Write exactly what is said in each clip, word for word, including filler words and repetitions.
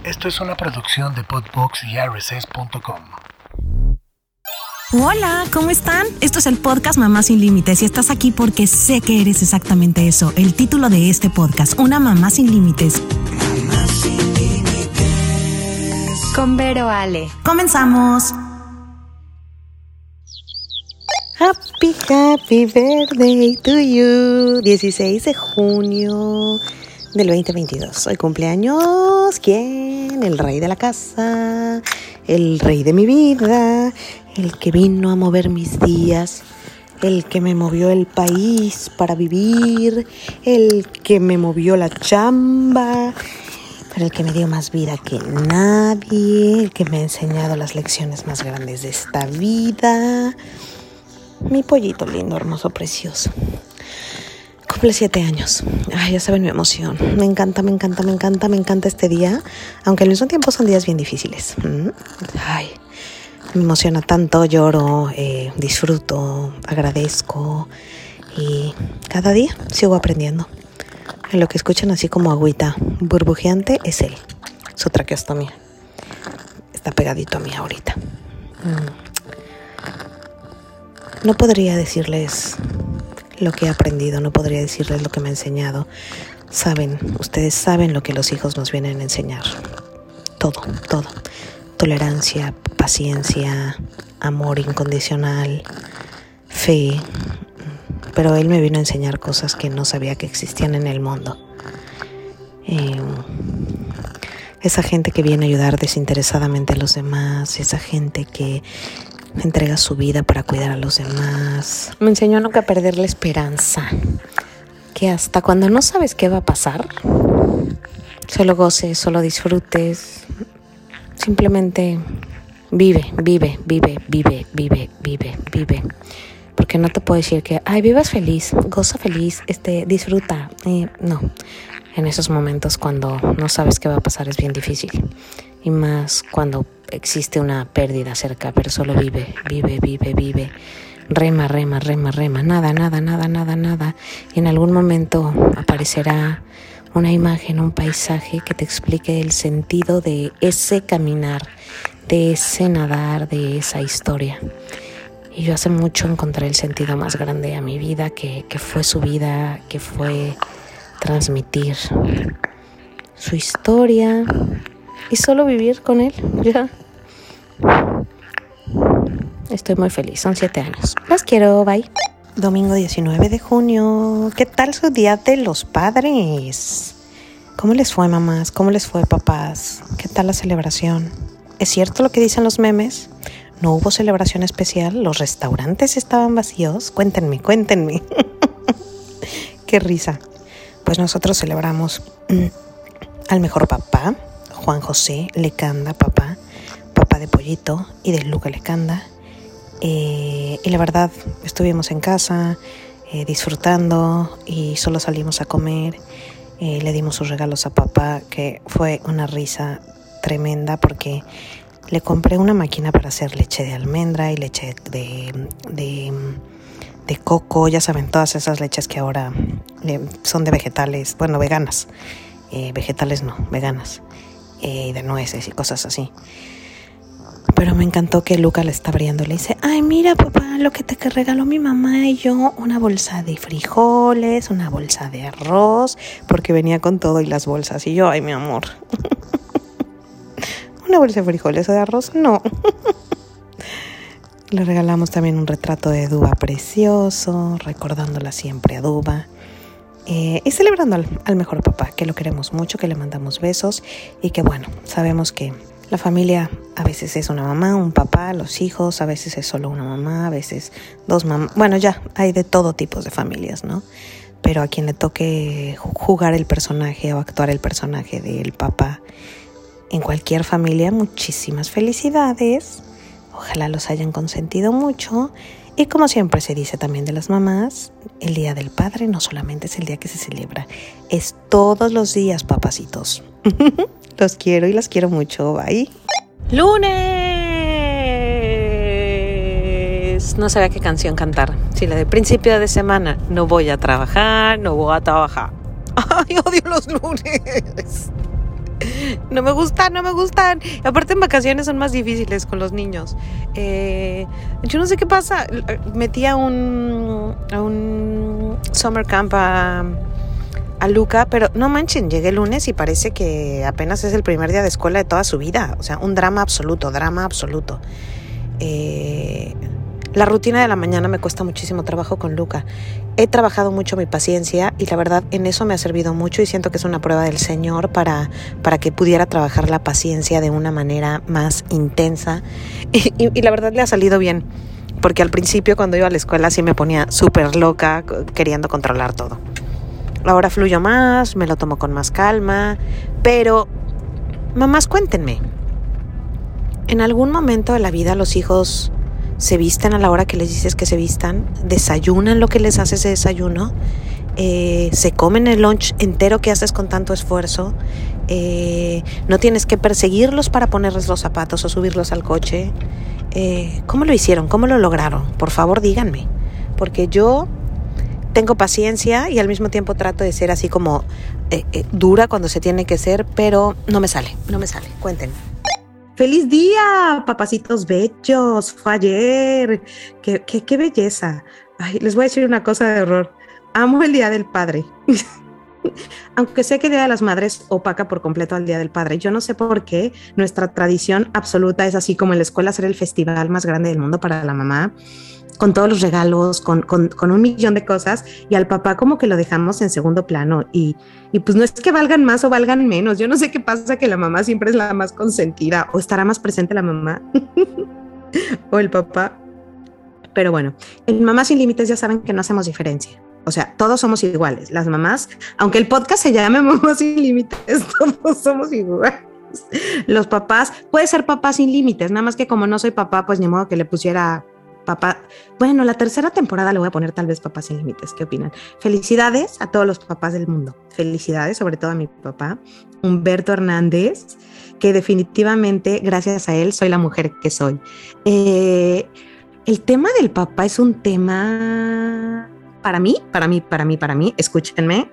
Esto es una producción de Podbox y R S S punto com. Hola, ¿cómo están? Esto es el podcast Mamá Sin Límites y estás aquí porque sé que eres exactamente eso. El título de este podcast, Una Mamá Sin Límites. Mamá Sin Límites. Con Vero Ale. Comenzamos. Happy, happy birthday to you. dieciséis de junio del veinte veintidós. Hoy cumpleaños, ¿quién? El rey de la casa, el rey de mi vida, el que vino a mover mis días, el que me movió el país para vivir, el que me movió la chamba, pero el que me dio más vida que nadie, el que me ha enseñado las lecciones más grandes de esta vida. Mi pollito lindo, hermoso, precioso. Cumple siete años. Ay, ya saben mi emoción. Me encanta, me encanta, me encanta, me encanta este día. Aunque al mismo tiempo son días bien difíciles. Ay, me emociona tanto, lloro, eh, disfruto, agradezco. Y cada día sigo aprendiendo. En lo que escuchan así como agüita burbujeante es él. Su traqueostomía. Está pegadito a mí ahorita. Mm. No podría decirles lo que he aprendido, no podría decirles lo que me ha enseñado. Saben, ustedes saben lo que los hijos nos vienen a enseñar. Todo, todo. Tolerancia, paciencia, amor incondicional, fe. Pero él me vino a enseñar cosas que no sabía que existían en el mundo. Eh, esa gente que viene a ayudar desinteresadamente a los demás, esa gente que entrega su vida para cuidar a los demás. Me enseñó a nunca perder la esperanza. Que hasta cuando no sabes qué va a pasar, solo goces, solo disfrutes. Simplemente vive, vive, vive, vive, vive, vive, vive. Porque no te puedo decir que, ay, vivas feliz, goza feliz, este, disfruta. Eh, no, en esos momentos cuando no sabes qué va a pasar es bien difícil. Y más cuando existe una pérdida cerca, pero solo vive, vive, vive, vive. Rema, rema, rema, rema. Nada, nada, nada, nada, nada. Y en algún momento aparecerá una imagen, un paisaje que te explique el sentido de ese caminar, de ese nadar, de esa historia. Y yo hace mucho encontré el sentido más grande a mi vida, que, que fue su vida, que fue transmitir su historia y solo vivir con él. Ya. Estoy muy feliz, son siete años. Los quiero, bye. Domingo diecinueve de junio. ¿Qué tal su día de los padres? ¿Cómo les fue, mamás? ¿Cómo les fue, papás? ¿Qué tal la celebración? ¿Es cierto lo que dicen los memes? ¿No hubo celebración especial? ¿Los restaurantes estaban vacíos? Cuéntenme, cuéntenme. Qué risa. Pues nosotros celebramos mm, al mejor papá, Juan José Lecanda, papá, papá de Pollito y de Luca Lecanda. Eh, y la verdad, estuvimos en casa eh, disfrutando y solo salimos a comer. Eh, le dimos sus regalos a papá, que fue una risa tremenda porque le compré una máquina para hacer leche de almendra y leche de, de, de coco. Ya saben, todas esas leches que ahora eh, son de vegetales, bueno, veganas. Eh, vegetales no, veganas. Y de nueces y cosas así. Pero me encantó que Luca le está abriendo y le dice, ay, mira, papá, lo que te regaló mi mamá y yo, una bolsa de frijoles, una bolsa de arroz, porque venía con todo y las bolsas. Y yo, ay, mi amor, una bolsa de frijoles o de arroz, no. Le regalamos también un retrato de Duba precioso, recordándola siempre a Duba. Eh, y celebrando al, al mejor papá, que lo queremos mucho, que le mandamos besos y que bueno, sabemos que la familia a veces es una mamá, un papá, los hijos, a veces es solo una mamá, a veces dos mamás. Bueno, ya hay de todo tipo de familias, ¿no? Pero a quien le toque jugar el personaje o actuar el personaje del papá en cualquier familia, muchísimas felicidades. Ojalá los hayan consentido mucho. Y como siempre se dice también de las mamás, el Día del Padre no solamente es el día que se celebra, es todos los días, papacitos. Los quiero y las quiero mucho. Bye. ¡Lunes! No sabía qué canción cantar. Si la de principio de semana. No voy a trabajar, no voy a trabajar. ¡Ay, odio los lunes! No me gustan, no me gustan. Aparte en vacaciones son más difíciles con los niños. Eh, yo no sé qué pasa. Metí a un, a un summer camp a, a Luca, pero no manchen, llegué el lunes y parece que apenas es el primer día de escuela de toda su vida. O sea, un drama absoluto, drama absoluto. Eh, la rutina de la mañana me cuesta muchísimo trabajo con Luca. He trabajado mucho mi paciencia y la verdad en eso me ha servido mucho y siento que es una prueba del Señor para, para que pudiera trabajar la paciencia de una manera más intensa y, y, y la verdad le ha salido bien, porque al principio cuando iba a la escuela sí me ponía súper loca queriendo controlar todo. Ahora fluyo más, me lo tomo con más calma, pero mamás, cuéntenme, ¿en algún momento de la vida los hijos se visten a la hora que les dices que se vistan? ¿Desayunan lo que les haces de desayuno? Eh, ¿Se comen el lunch entero que haces con tanto esfuerzo? Eh, ¿No tienes que perseguirlos para ponerles los zapatos o subirlos al coche? Eh, ¿Cómo lo hicieron? ¿Cómo lo lograron? Por favor, díganme. Porque yo tengo paciencia y al mismo tiempo trato de ser así como eh, eh, dura cuando se tiene que ser, pero no me sale, no me sale. Cuéntenme. ¡Feliz día, papacitos bellos! Fue ayer. ¡Qué, qué, qué belleza! Ay, les voy a decir una cosa de horror. Amo el Día del Padre. Aunque sé que el Día de las Madres opaca por completo al Día del Padre. Yo no sé por qué nuestra tradición absoluta es así como en la escuela hacer el festival más grande del mundo para la mamá, con todos los regalos, con, con, con un millón de cosas, y al papá como que lo dejamos en segundo plano, y, y pues no es que valgan más o valgan menos, yo no sé qué pasa, que la mamá siempre es la más consentida, o estará más presente la mamá, o el papá, pero bueno, en Mamás Sin Límites ya saben que no hacemos diferencia, o sea, todos somos iguales, las mamás, aunque el podcast se llame Mamás Sin Límites, todos somos iguales. Los papás, puede ser papá sin límites, nada más que como no soy papá, pues ni modo que le pusiera papá. Bueno, la tercera temporada le voy a poner tal vez Papá Sin Límites. ¿Qué opinan? Felicidades a todos los papás del mundo. Felicidades, sobre todo a mi papá, Humberto Hernández, que definitivamente, gracias a él, soy la mujer que soy. Eh, el tema del papá es un tema, para mí, para mí, para mí, para mí, escúchenme,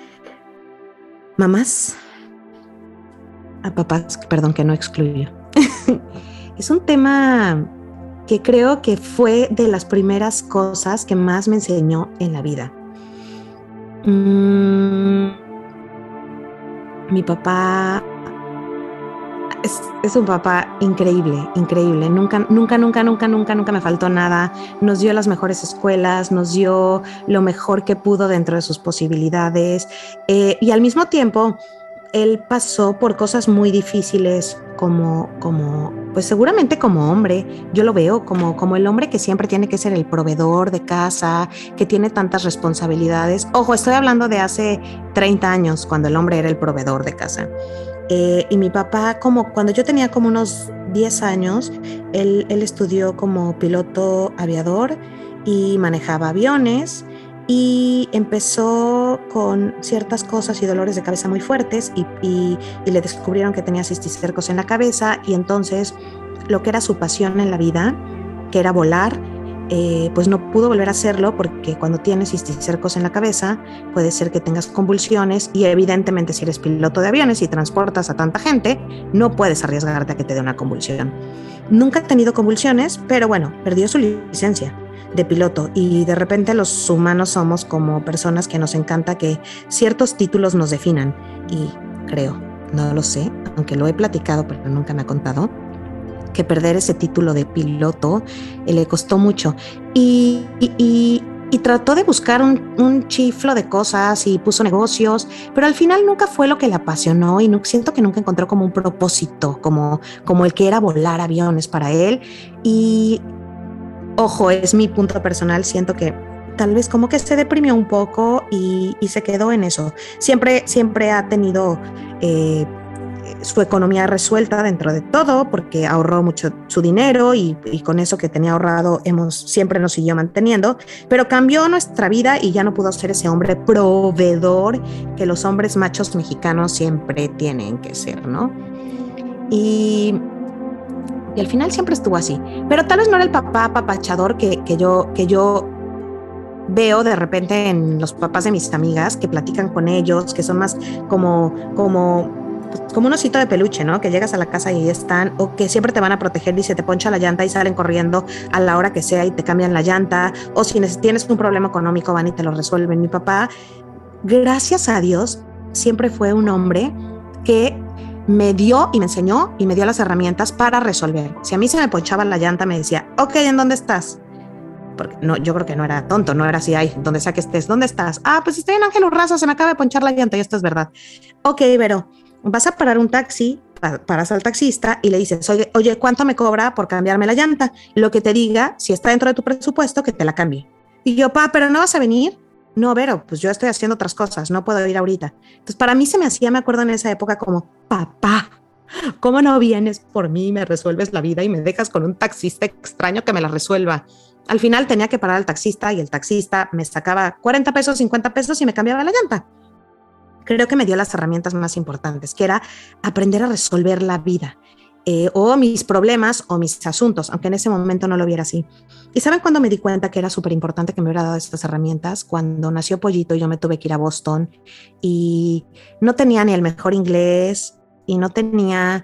mamás, a papás, perdón, que no excluyo. Es un tema que creo que fue de las primeras cosas que más me enseñó en la vida. Mm, mi papá es, es un papá increíble, increíble. Nunca, nunca, nunca, nunca, nunca, nunca me faltó nada. Nos dio las mejores escuelas, nos dio lo mejor que pudo dentro de sus posibilidades. Eh, y al mismo tiempo, él pasó por cosas muy difíciles como, como, pues seguramente como hombre, yo lo veo como, como el hombre que siempre tiene que ser el proveedor de casa, que tiene tantas responsabilidades. Ojo, estoy hablando de hace treinta años, cuando el hombre era el proveedor de casa. Eh, y mi papá, como cuando yo tenía como unos diez años, él, él estudió como piloto aviador y manejaba aviones. Y empezó con ciertas cosas y dolores de cabeza muy fuertes y, y, y le descubrieron que tenía cisticercos en la cabeza, y entonces lo que era su pasión en la vida, que era volar, eh, pues no pudo volver a hacerlo, porque cuando tienes cisticercos en la cabeza puede ser que tengas convulsiones, y evidentemente si eres piloto de aviones y transportas a tanta gente, no puedes arriesgarte a que te dé una convulsión. Nunca ha tenido convulsiones, pero bueno, perdió su licencia de piloto, y de repente los humanos somos como personas que nos encanta que ciertos títulos nos definan, y creo, no lo sé, aunque lo he platicado pero nunca me ha contado, que perder ese título de piloto eh, le costó mucho, y, y, y, y trató de buscar un, un chiflo de cosas y puso negocios, pero al final nunca fue lo que le apasionó, y no, siento que nunca encontró como un propósito, como, como el que era volar aviones para él. Y ojo, es mi punto personal, siento que tal vez como que se deprimió un poco y, y se quedó en eso. Siempre, siempre ha tenido eh, su economía resuelta dentro de todo, porque ahorró mucho su dinero, y, y con eso que tenía ahorrado hemos, siempre nos siguió manteniendo, pero cambió nuestra vida y ya no pudo ser ese hombre proveedor que los hombres machos mexicanos siempre tienen que ser, ¿no? Y... Y al final siempre estuvo así. Pero tal vez no era el papá apapachador que, que, yo, que yo veo de repente en los papás de mis amigas, que platican con ellos, que son más como, como pues, como un osito de peluche, ¿no? Que llegas a la casa y ahí están, o que siempre te van a proteger y se te poncha la llanta y salen corriendo a la hora que sea y te cambian la llanta, o si tienes un problema económico van y te lo resuelven. Mi papá, gracias a Dios, siempre fue un hombre que me dio y me enseñó y me dio las herramientas para resolver. Si a mí se me ponchaba la llanta, me decía, ok, ¿en dónde estás? Porque no, yo creo que no era tonto, no era así, ay, donde sea que estés, ¿dónde estás? Ah, pues estoy en Ángel Urraza, se me acaba de ponchar la llanta y esto es verdad. Ok, Vero, vas a parar un taxi, paras al taxista y le dices, oye, oye, ¿cuánto me cobra por cambiarme la llanta? Lo que te diga, si está dentro de tu presupuesto, que te la cambie. Y yo, pa, ¿pero no vas a venir? No, Vero, pues yo estoy haciendo otras cosas, no puedo ir ahorita. Entonces, para mí se me hacía, me acuerdo en esa época, como, papá, ¿cómo no vienes por mí y me resuelves la vida y me dejas con un taxista extraño que me la resuelva? Al final tenía que parar al taxista y el taxista me sacaba cuarenta pesos, cincuenta pesos y me cambiaba la llanta. Creo que me dio las herramientas más importantes, que era aprender a resolver la vida, eh, o mis problemas o mis asuntos, aunque en ese momento no lo viera así. ¿Y saben cuándo me di cuenta que era súper importante que me hubiera dado estas herramientas? Cuando nació Pollito y yo me tuve que ir a Boston y no tenía ni el mejor inglés y no tenía...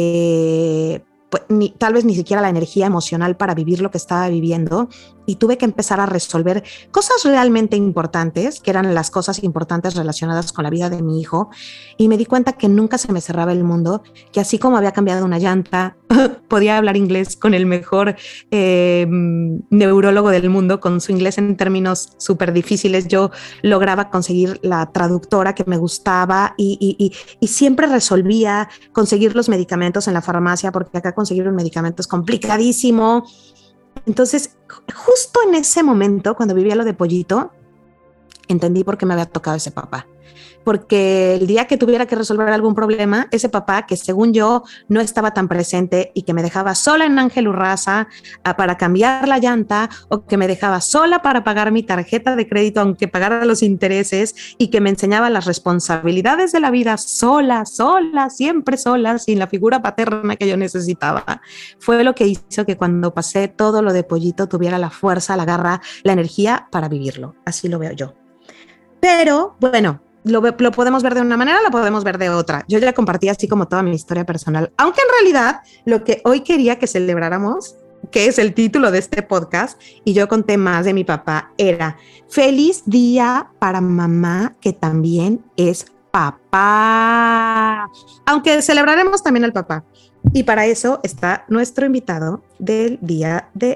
Eh, Pues, ni, tal vez ni siquiera la energía emocional para vivir lo que estaba viviendo, y tuve que empezar a resolver cosas realmente importantes, que eran las cosas importantes relacionadas con la vida de mi hijo, y me di cuenta que nunca se me cerraba el mundo, que así como había cambiado una llanta, podía hablar inglés con el mejor eh, neurólogo del mundo, con su inglés en términos súper difíciles, yo lograba conseguir la traductora que me gustaba y, y, y, y siempre resolvía conseguir los medicamentos en la farmacia, porque acá conseguir un medicamento es complicadísimo. Entonces, justo en ese momento, cuando vivía lo de Pollito, entendí por qué me había tocado ese papá. Porque el día que tuviera que resolver algún problema, ese papá que según yo no estaba tan presente y que me dejaba sola en Ángel Urraza para cambiar la llanta, o que me dejaba sola para pagar mi tarjeta de crédito aunque pagara los intereses, y que me enseñaba las responsabilidades de la vida sola, sola, siempre sola, sin la figura paterna que yo necesitaba, fue lo que hizo que cuando pasé todo lo de Pollito tuviera la fuerza, la garra, la energía para vivirlo. Así lo veo yo. Pero bueno, Lo, lo podemos ver de una manera, lo podemos ver de otra. Yo ya compartí así como toda mi historia personal, aunque en realidad lo que hoy quería que celebráramos, que es el título de este podcast, y yo conté más de mi papá, era feliz día para mamá, que también es papá, aunque celebraremos también al papá. Y para eso está nuestro invitado del día de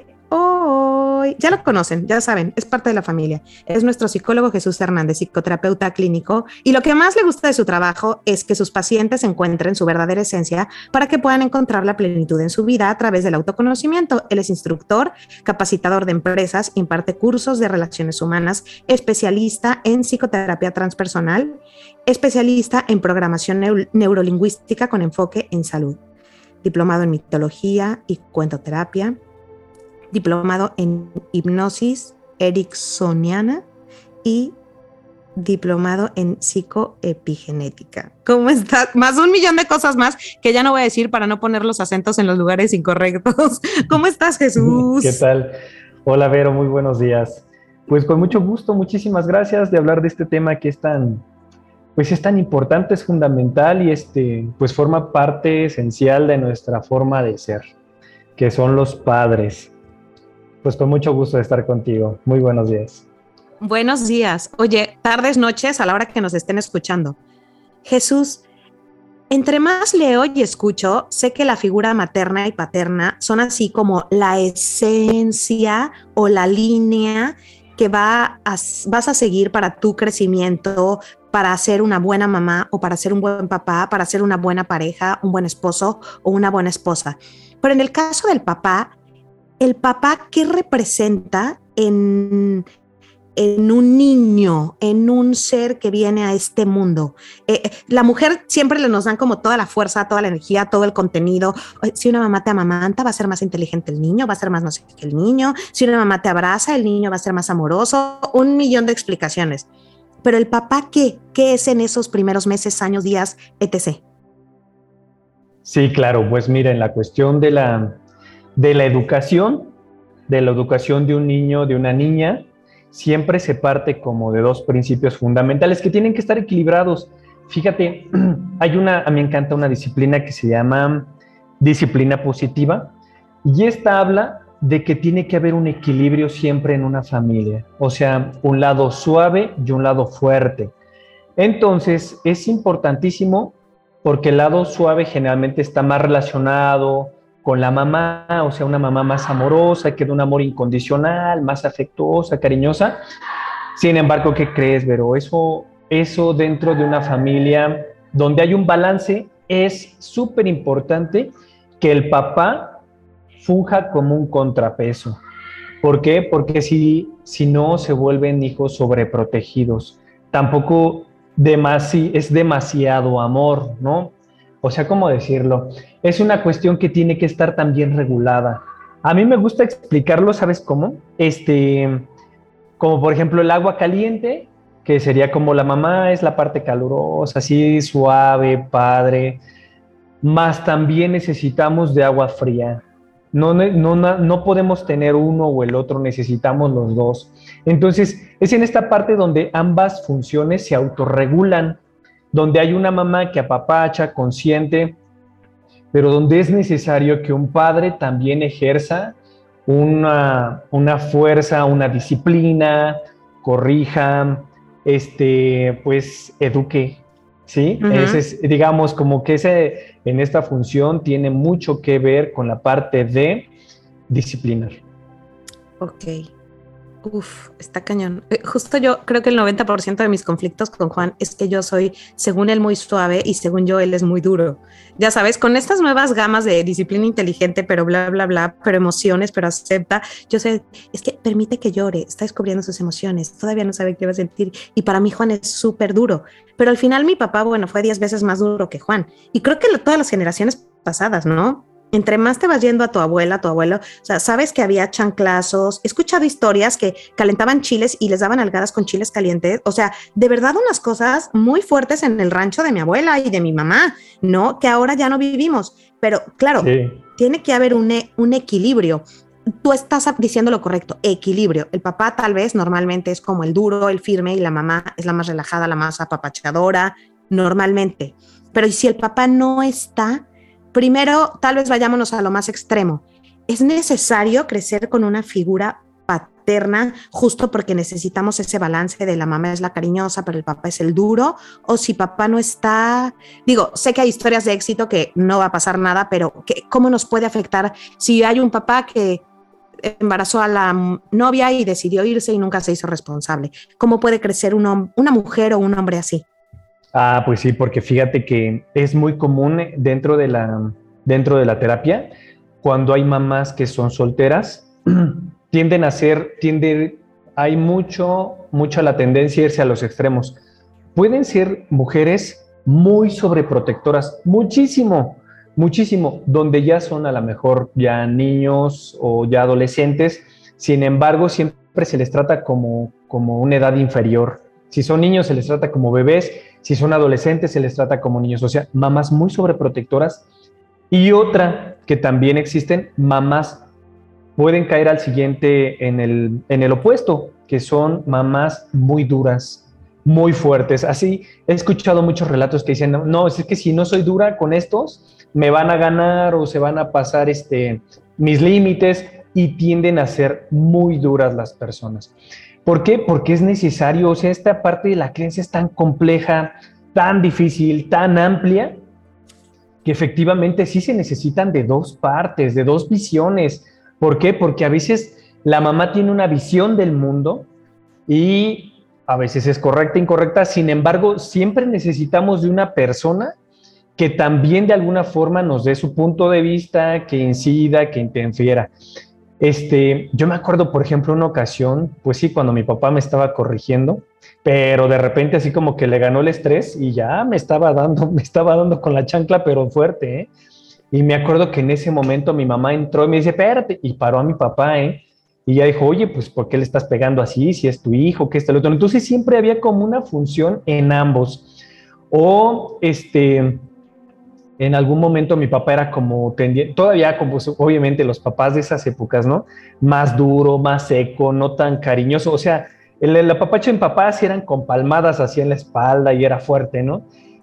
hoy. Ya lo conocen, ya saben, es parte de la familia. Es nuestro psicólogo Jesús Hernández, psicoterapeuta clínico, y lo que más le gusta de su trabajo es que sus pacientes encuentren su verdadera esencia para que puedan encontrar la plenitud en su vida a través del autoconocimiento. Él es instructor, capacitador de empresas, imparte cursos de relaciones humanas, especialista en psicoterapia transpersonal, especialista en programación neuro- neurolingüística con enfoque en salud, diplomado en mitología y cuentoterapia, diplomado en hipnosis ericksoniana y diplomado en psicoepigenética. ¿Cómo estás? Más un millón de cosas más que ya no voy a decir para no poner los acentos en los lugares incorrectos. ¿Cómo estás, Jesús? ¿Qué tal? Hola, Vero, muy buenos días. Pues con mucho gusto, muchísimas gracias de hablar de este tema que es tan, pues es tan importante, es fundamental y este, pues forma parte esencial de nuestra forma de ser, que son los padres. Pues con mucho gusto de estar contigo. Muy buenos días. Buenos días. Oye, tardes, noches, a la hora que nos estén escuchando. Jesús, entre más leo y escucho, sé que la figura materna y paterna son así como la esencia o la línea que va a, vas a seguir para tu crecimiento, para ser una buena mamá o para ser un buen papá, para ser una buena pareja, un buen esposo o una buena esposa. Pero en el caso del papá, el papá, ¿qué representa en, en un niño, en un ser que viene a este mundo? Eh, la mujer siempre le nos dan como toda la fuerza, toda la energía, todo el contenido. Si una mamá te amamanta, va a ser más inteligente el niño, va a ser más no sé qué el niño. Si una mamá te abraza, el niño va a ser más amoroso. Un millón de explicaciones. Pero el papá, ¿qué? ¿Qué es en esos primeros meses, años, días, etcétera? Sí, claro, pues mira, en la cuestión de la... de la educación, de la educación de un niño, de una niña, siempre se parte como de dos principios fundamentales que tienen que estar equilibrados. fíjate, hay una, a mí me encanta una disciplina que se llama disciplina positiva, y esta habla de que tiene que haber un equilibrio siempre en una familia, o sea, un lado suave y un lado fuerte. Entonces, es importantísimo porque el lado suave generalmente está más relacionado con la mamá, o sea, una mamá más amorosa, que da un amor incondicional, más afectuosa, cariñosa. Sin embargo, ¿qué crees, Vero? Eso, eso dentro de una familia donde hay un balance, es súper importante que el papá funja como un contrapeso. ¿Por qué? Porque si, si no, se vuelven hijos sobreprotegidos. Tampoco demasi- es demasiado amor, ¿no? O sea, ¿cómo decirlo? Es una cuestión que tiene que estar también regulada. A mí me gusta explicarlo, ¿sabes cómo? Este, como por ejemplo el agua caliente, que sería como la mamá es la parte calurosa, así suave, padre, más también necesitamos de agua fría. No, no, no, no podemos tener uno o el otro, necesitamos los dos. Entonces, es en esta parte donde ambas funciones se autorregulan, donde hay una mamá que apapacha, consiente, pero donde es necesario que un padre también ejerza una, una fuerza, una disciplina, corrija, este, pues eduque, ¿sí? Ujú. Ese es, digamos, como que ese, en esta función tiene mucho que ver con la parte de disciplinar. Ok. Uf, está cañón. Eh, Justo yo creo que el noventa por ciento de mis conflictos con Juan es que yo soy, según él, muy suave y según yo, él es muy duro. Ya sabes, con estas nuevas gamas de disciplina inteligente, pero bla, bla, bla, pero emociones, pero acepta. Yo sé, es que permite que llore, está descubriendo sus emociones, todavía no sabe qué va a sentir. Y para mí, Juan es súper duro. Pero al final, mi papá, bueno, fue diez veces más duro que Juan. Y creo que lo, todas las generaciones pasadas, ¿no? Entre más te vas yendo a tu abuela, a tu abuelo, o sea, sabes que había chanclazos, he escuchado historias que calentaban chiles y les daban algadas con chiles calientes, o sea, de verdad unas cosas muy fuertes en el rancho de mi abuela y de mi mamá, ¿no? Que ahora ya no vivimos, pero claro, Sí. tiene que haber un, e- un equilibrio. Tú estás diciendo lo correcto, equilibrio. El papá tal vez normalmente es como el duro, el firme, y la mamá es la más relajada, la más apapachadora, normalmente. Pero ¿y si el papá no está? Primero, tal vez vayámonos a lo más extremo. Es necesario crecer con una figura paterna justo porque necesitamos ese balance de la mamá es la cariñosa, pero el papá es el duro, o si papá no está, digo, sé que hay historias de éxito que no va a pasar nada, pero ¿qué, ¿cómo nos puede afectar si hay un papá que embarazó a la novia y decidió irse y nunca se hizo responsable? ¿Cómo puede crecer un hom- una mujer o un hombre así? Ah, pues sí, porque fíjate que es muy común dentro de la, dentro de la terapia, cuando hay mamás que son solteras, tienden a ser, tienden, hay mucho, mucha la tendencia a irse a los extremos. Pueden ser mujeres muy sobreprotectoras, muchísimo, muchísimo, donde ya son a lo mejor ya niños o ya adolescentes, sin embargo, siempre se les trata como, como una edad inferior. Si son niños, se les trata como bebés. Si son adolescentes, se les trata como niños. O sea, mamás muy sobreprotectoras. Y otra que también existen, mamás pueden caer al siguiente en el, en el opuesto, que son mamás muy duras, muy fuertes. Así he escuchado muchos relatos que dicen, no, es que si no soy dura con estos, me van a ganar o se van a pasar este, mis límites, y tienden a ser muy duras las personas. ¿Por qué? Porque es necesario, o sea, esta parte de la creencia es tan compleja, tan difícil, tan amplia, que efectivamente sí se necesitan de dos partes, de dos visiones. ¿Por qué? Porque a veces la mamá tiene una visión del mundo y a veces es correcta, incorrecta, sin embargo, siempre necesitamos de una persona que también de alguna forma nos dé su punto de vista, que incida, que interfiera. Este, yo me acuerdo, por ejemplo, una ocasión, pues sí, cuando mi papá me estaba corrigiendo, pero de repente así como que le ganó el estrés y ya me estaba dando, me estaba dando con la chancla, pero fuerte, ¿eh? Y me acuerdo que en ese momento mi mamá entró y me dice, espérate, y paró a mi papá, ¿eh? Y ya dijo, oye, pues ¿por qué le estás pegando así? Si es tu hijo, ¿qué está el otro? Entonces siempre había como una función en ambos. O este... En algún momento mi papá era como, tendiente, todavía como obviamente los papás de esas épocas, ¿no? Más duro, más seco, no tan cariñoso. O sea, el, el apapacho en papás eran con palmadas así en la espalda y era fuerte, ¿no?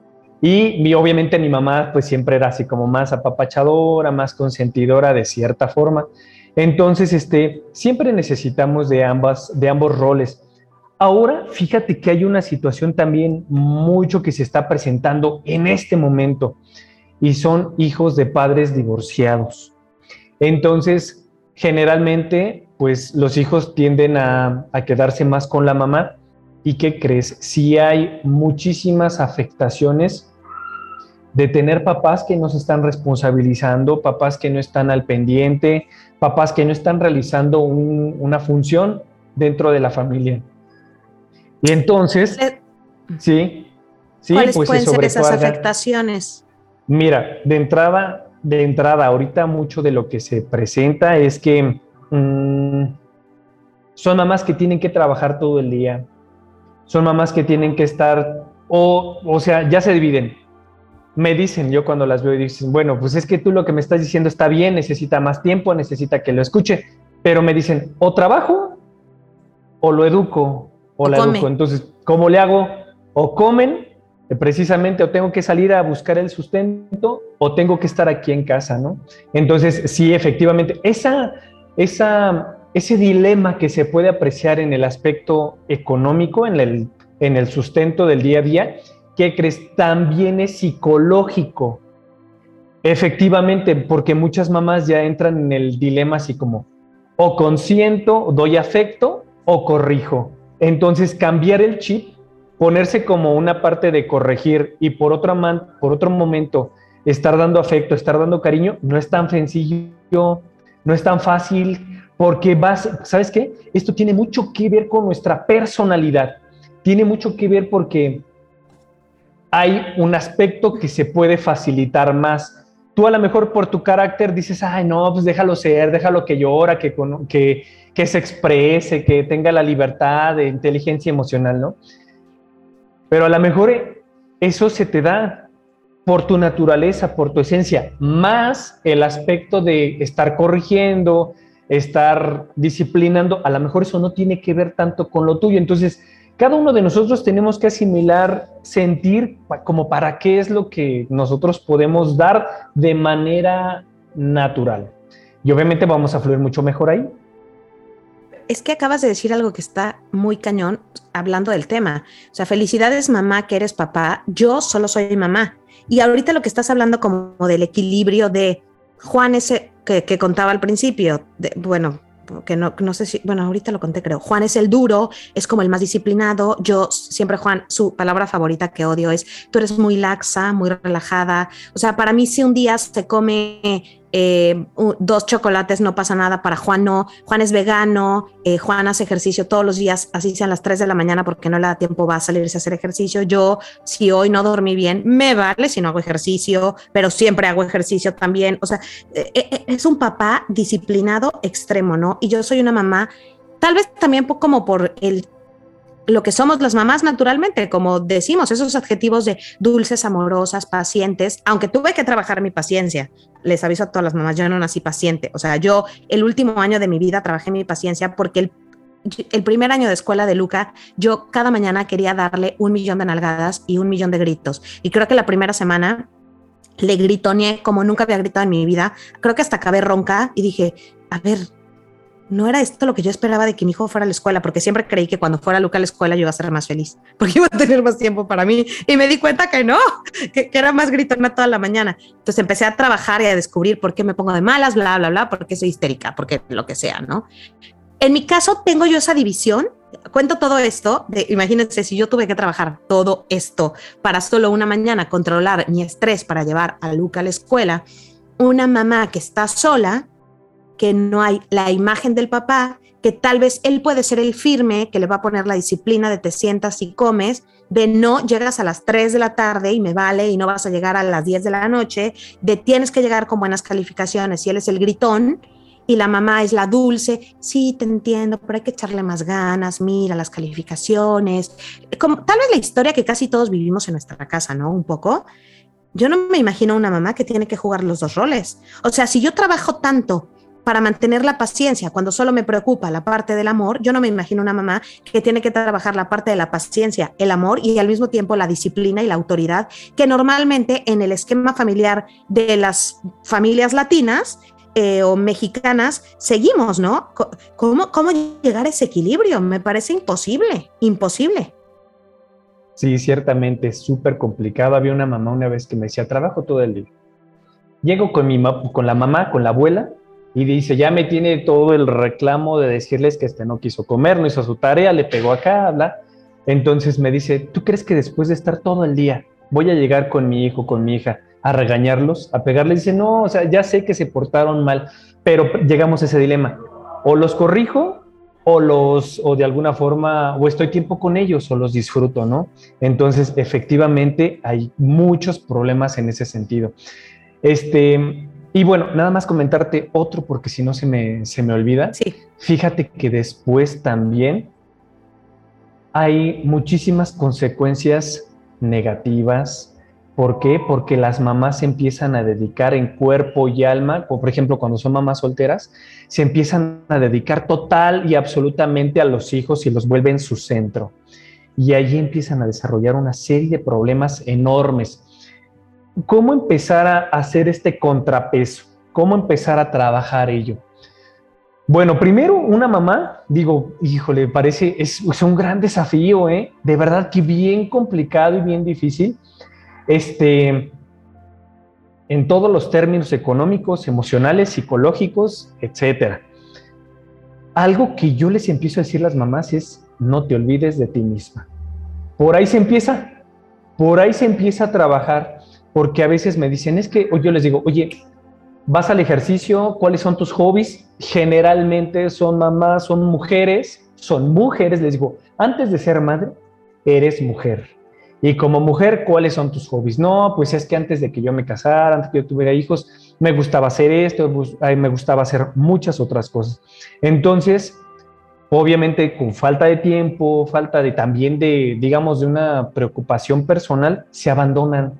Y mi, obviamente mi mamá pues siempre era así como más apapachadora, más consentidora de cierta forma. Entonces, este, siempre necesitamos de, ambas, de ambos roles. Ahora, fíjate que hay una situación también mucho que se está presentando en este momento y son hijos de padres divorciados. Entonces, generalmente, pues los hijos tienden a, a quedarse más con la mamá. ¿Y qué crees? Sí hay muchísimas afectaciones de tener papás que no se están responsabilizando, papás que no están al pendiente, papás que no están realizando un, una función dentro de la familia. Y entonces, sí, sí, ¿cuáles pues pueden se ser esas sobrecarga. afectaciones? Mira, de entrada, de entrada, ahorita mucho de lo que se presenta es que mmm, son mamás que tienen que trabajar todo el día, son mamás que tienen que estar, o, o sea, ya se dividen. Me dicen, yo cuando las veo, dicen, bueno, pues es que tú lo que me estás diciendo está bien, necesita más tiempo, necesita que lo escuche, pero me dicen, o trabajo, o lo educo, o, o la come. educo. Entonces, ¿cómo le hago? O comen, precisamente, o tengo que salir a buscar el sustento, o tengo que estar aquí en casa, ¿no? Entonces, sí, efectivamente, esa, esa, ese dilema que se puede apreciar en el aspecto económico, en el, en el sustento del día a día, ¿qué crees? También es psicológico. Efectivamente, porque muchas mamás ya entran en el dilema así como, o consiento, doy afecto, o corrijo. Entonces, cambiar el chip, ponerse como una parte de corregir y por, otra man, por otro momento estar dando afecto, estar dando cariño, no es tan sencillo, no es tan fácil, porque vas, ¿sabes qué? Esto tiene mucho que ver con nuestra personalidad. Tiene mucho que ver porque hay un aspecto que se puede facilitar más. Tú a lo mejor por tu carácter dices, ay no, pues déjalo ser, déjalo que llora, que, que, que se exprese, que tenga la libertad de inteligencia emocional, ¿no? Pero a lo mejor eso se te da por tu naturaleza, por tu esencia, más el aspecto de estar corrigiendo, estar disciplinando, a lo mejor eso no tiene que ver tanto con lo tuyo. Entonces, cada uno de nosotros tenemos que asimilar, sentir como para qué es lo que nosotros podemos dar de manera natural. Y obviamente vamos a fluir mucho mejor ahí. Es que acabas de decir algo que está muy cañón hablando del tema. O sea, felicidades mamá que eres papá, yo solo soy mamá. Y ahorita lo que estás hablando como del equilibrio de Juan ese que, que contaba al principio, de, bueno... que no, no sé si, bueno, ahorita lo conté creo, Juan es el duro, es como el más disciplinado, yo siempre Juan, su palabra favorita que odio es, tú eres muy laxa, muy relajada, o sea, para mí si un día se come eh, dos chocolates no pasa nada, para Juan no, Juan es vegano, eh, Juan hace ejercicio todos los días, así sean las tres de la mañana porque no le da tiempo, va a salirse a hacer ejercicio, yo si hoy no dormí bien, me vale si no hago ejercicio, pero siempre hago ejercicio también, o sea, eh, es un papá disciplinado extremo, ¿no? Y yo soy una mamá, tal vez también como por el lo que somos las mamás naturalmente, como decimos, esos adjetivos de dulces, amorosas, pacientes, aunque tuve que trabajar mi paciencia, les aviso a todas las mamás, yo no nací paciente, o sea, yo el último año de mi vida trabajé mi paciencia porque el, el primer año de escuela de Luca, yo cada mañana quería darle un millón de nalgadas y un millón de gritos, y creo que la primera semana le gritoneé como nunca había gritado en mi vida, creo que hasta acabé ronca y dije, a ver, no era esto lo que yo esperaba de que mi hijo fuera a la escuela, porque siempre creí que cuando fuera Luca a la escuela yo iba a ser más feliz, porque iba a tener más tiempo para mí, y me di cuenta que no, que, que era más gritona toda la mañana. Entonces empecé a trabajar y a descubrir por qué me pongo de malas, bla, bla, bla, por qué soy histérica, porque lo que sea, ¿no? En mi caso tengo yo esa división, cuento todo esto, de, imagínense si yo tuve que trabajar todo esto para solo una mañana controlar mi estrés para llevar a Luca a la escuela, una mamá que está sola, que no hay la imagen del papá, que tal vez él puede ser el firme, que le va a poner la disciplina de te sientas y comes, de no llegas a las tres de la tarde y me vale y no vas a llegar a las diez de la noche, de tienes que llegar con buenas calificaciones y él es el gritón y la mamá es la dulce, sí te entiendo, pero hay que echarle más ganas, mira las calificaciones, como, tal vez la historia que casi todos vivimos en nuestra casa, ¿no? Un poco. Yo no me imagino una mamá que tiene que jugar los dos roles. O sea, si yo trabajo tanto para mantener la paciencia. Cuando solo me preocupa la parte del amor, yo no me imagino una mamá que tiene que trabajar la parte de la paciencia, el amor y al mismo tiempo la disciplina y la autoridad, que normalmente en el esquema familiar de las familias latinas eh, o mexicanas seguimos, ¿no? ¿Cómo, ¿Cómo llegar a ese equilibrio? Me parece imposible, imposible. Sí, ciertamente, es súper complicado. Había una mamá una vez que me decía, trabajo todo el día. Llego con, mi, con la mamá, con la abuela, y dice, ya me tiene todo el reclamo de decirles que este no quiso comer, no hizo su tarea, le pegó acá, bla. Entonces me dice, ¿tú crees que después de estar todo el día voy a llegar con mi hijo, con mi hija, a regañarlos, a pegarles? Dice, no, o sea, ya sé que se portaron mal, pero llegamos a ese dilema. O los corrijo, o los, o de alguna forma, o estoy tiempo con ellos, o los disfruto, ¿no? Entonces, efectivamente, hay muchos problemas en ese sentido. Este... Y bueno, nada más comentarte otro, porque si no se me, se me olvida. Sí. Fíjate que después también hay muchísimas consecuencias negativas. ¿Por qué? Porque las mamás se empiezan a dedicar en cuerpo y alma, como por ejemplo cuando son mamás solteras, se empiezan a dedicar total y absolutamente a los hijos y los vuelven su centro. Y allí empiezan a desarrollar una serie de problemas enormes. ¿Cómo empezar a hacer este contrapeso? ¿Cómo empezar a trabajar ello? Bueno, primero una mamá, digo, híjole, parece, es, es un gran desafío, ¿eh? De verdad que bien complicado y bien difícil, este, en todos los términos económicos, emocionales, psicológicos, etcétera. Algo que yo les empiezo a decir a las mamás es, no te olvides de ti misma. Por ahí se empieza, por ahí se empieza a trabajar. Porque a veces me dicen, es que, o yo les digo, oye, ¿vas al ejercicio? ¿Cuáles son tus hobbies? Generalmente son mamás, son mujeres, son mujeres. Les digo, antes de ser madre, eres mujer. Y como mujer, ¿cuáles son tus hobbies? No, pues es que antes de que yo me casara, antes de que yo tuviera hijos, me gustaba hacer esto, me gustaba hacer muchas otras cosas. Entonces, obviamente con falta de tiempo, falta de también de, digamos, de una preocupación personal, se abandonan.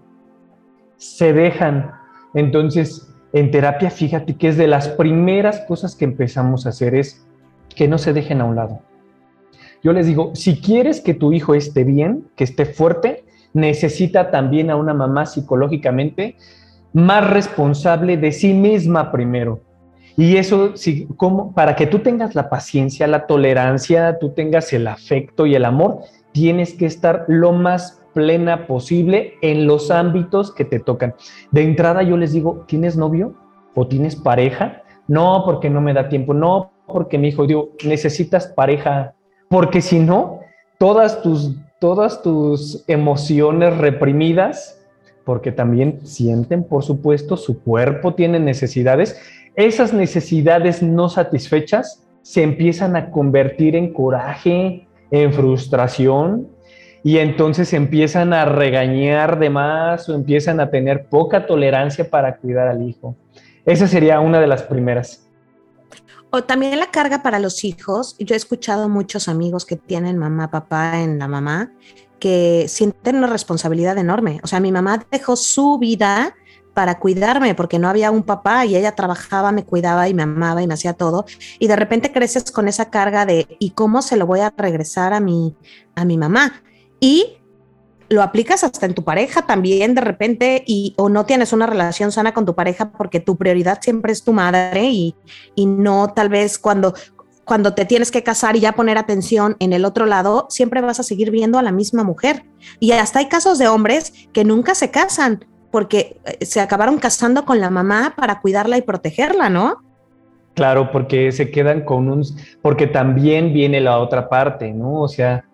Se dejan. Entonces, en terapia, fíjate que es de las primeras cosas que empezamos a hacer es que no se dejen a un lado. Yo les digo, si quieres que tu hijo esté bien, que esté fuerte, necesita también a una mamá psicológicamente más responsable de sí misma primero. Y eso, sí, como, para que tú tengas la paciencia, la tolerancia, tú tengas el afecto y el amor, tienes que estar lo más plena posible en los ámbitos que te tocan. De entrada yo les digo, ¿tienes novio o tienes pareja? No, porque no me da tiempo. No, porque mi hijo, digo, necesitas pareja, porque si no, todas tus, todas tus emociones reprimidas, porque también sienten, por supuesto, su cuerpo tiene necesidades, esas necesidades no satisfechas se empiezan a convertir en coraje, en frustración, y entonces empiezan a regañar de más o empiezan a tener poca tolerancia para cuidar al hijo. Esa sería una de las primeras. O también la carga para los hijos. Yo he escuchado muchos amigos que tienen mamá, papá en la mamá, que sienten una responsabilidad enorme. O sea, mi mamá dejó su vida para cuidarme porque no había un papá y ella trabajaba, me cuidaba y me amaba y me hacía todo. Y de repente creces con esa carga de ¿y cómo se lo voy a regresar a mi, a mi mamá? Y lo aplicas hasta en tu pareja también de repente y o no tienes una relación sana con tu pareja porque tu prioridad siempre es tu madre y, y no tal vez cuando, cuando te tienes que casar y ya poner atención en el otro lado, siempre vas a seguir viendo a la misma mujer. Y hasta hay casos de hombres que nunca se casan porque se acabaron casando con la mamá para cuidarla y protegerla, ¿no? Claro, porque se quedan con un... Porque también viene la otra parte, ¿no? O sea,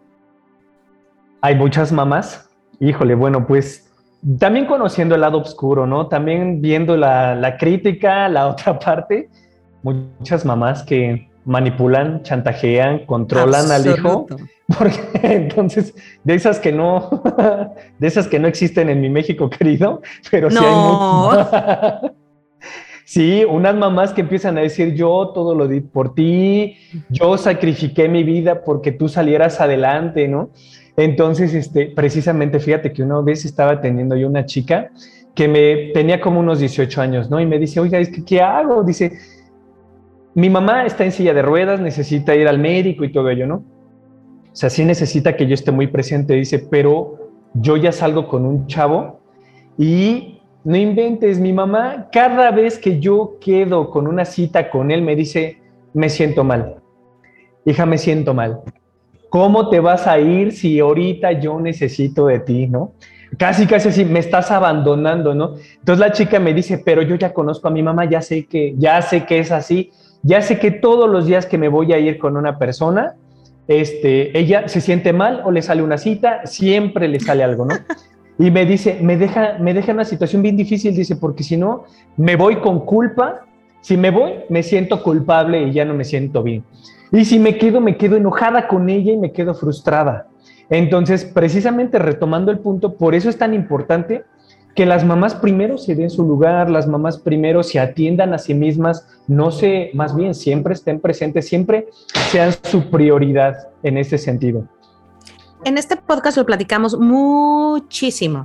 hay muchas mamás, híjole, bueno, pues también conociendo el lado oscuro, ¿no? También viendo la, la crítica, la otra parte, muchas mamás que manipulan, chantajean, controlan Absoluto. Al hijo, porque entonces, de esas que no, de esas que no existen en mi México querido, pero sí no. hay muchas. Sí, unas mamás que empiezan a decir, yo todo lo di por ti, yo sacrifiqué mi vida porque tú salieras adelante, ¿no? Entonces, este, precisamente, fíjate que una vez estaba teniendo yo una chica que me tenía como unos dieciocho años, ¿no? Y me dice, oiga, es que, ¿qué hago? Dice, mi mamá está en silla de ruedas, necesita ir al médico y todo ello, ¿no? O sea, sí necesita que yo esté muy presente, dice, pero yo ya salgo con un chavo y no inventes, mi mamá cada vez que yo quedo con una cita con él me dice, me siento mal, hija, me siento mal. ¿Cómo te vas a ir si ahorita yo necesito de ti, no? Casi, casi así, me estás abandonando, ¿no? Entonces la chica me dice, pero yo ya conozco a mi mamá, ya sé que, ya sé que es así, ya sé que todos los días que me voy a ir con una persona, este, ella se siente mal o le sale una cita, siempre le sale algo, ¿no? Y me dice, me deja, me deja en una situación bien difícil, dice, porque si no, me voy con culpa, si me voy, me siento culpable y ya no me siento bien. Y si me quedo, me quedo enojada con ella y me quedo frustrada. Entonces, precisamente retomando el punto, por eso es tan importante que las mamás primero se den su lugar, las mamás primero se atiendan a sí mismas, no se, más bien siempre estén presentes, siempre sean su prioridad en ese sentido. En este podcast lo platicamos muchísimo.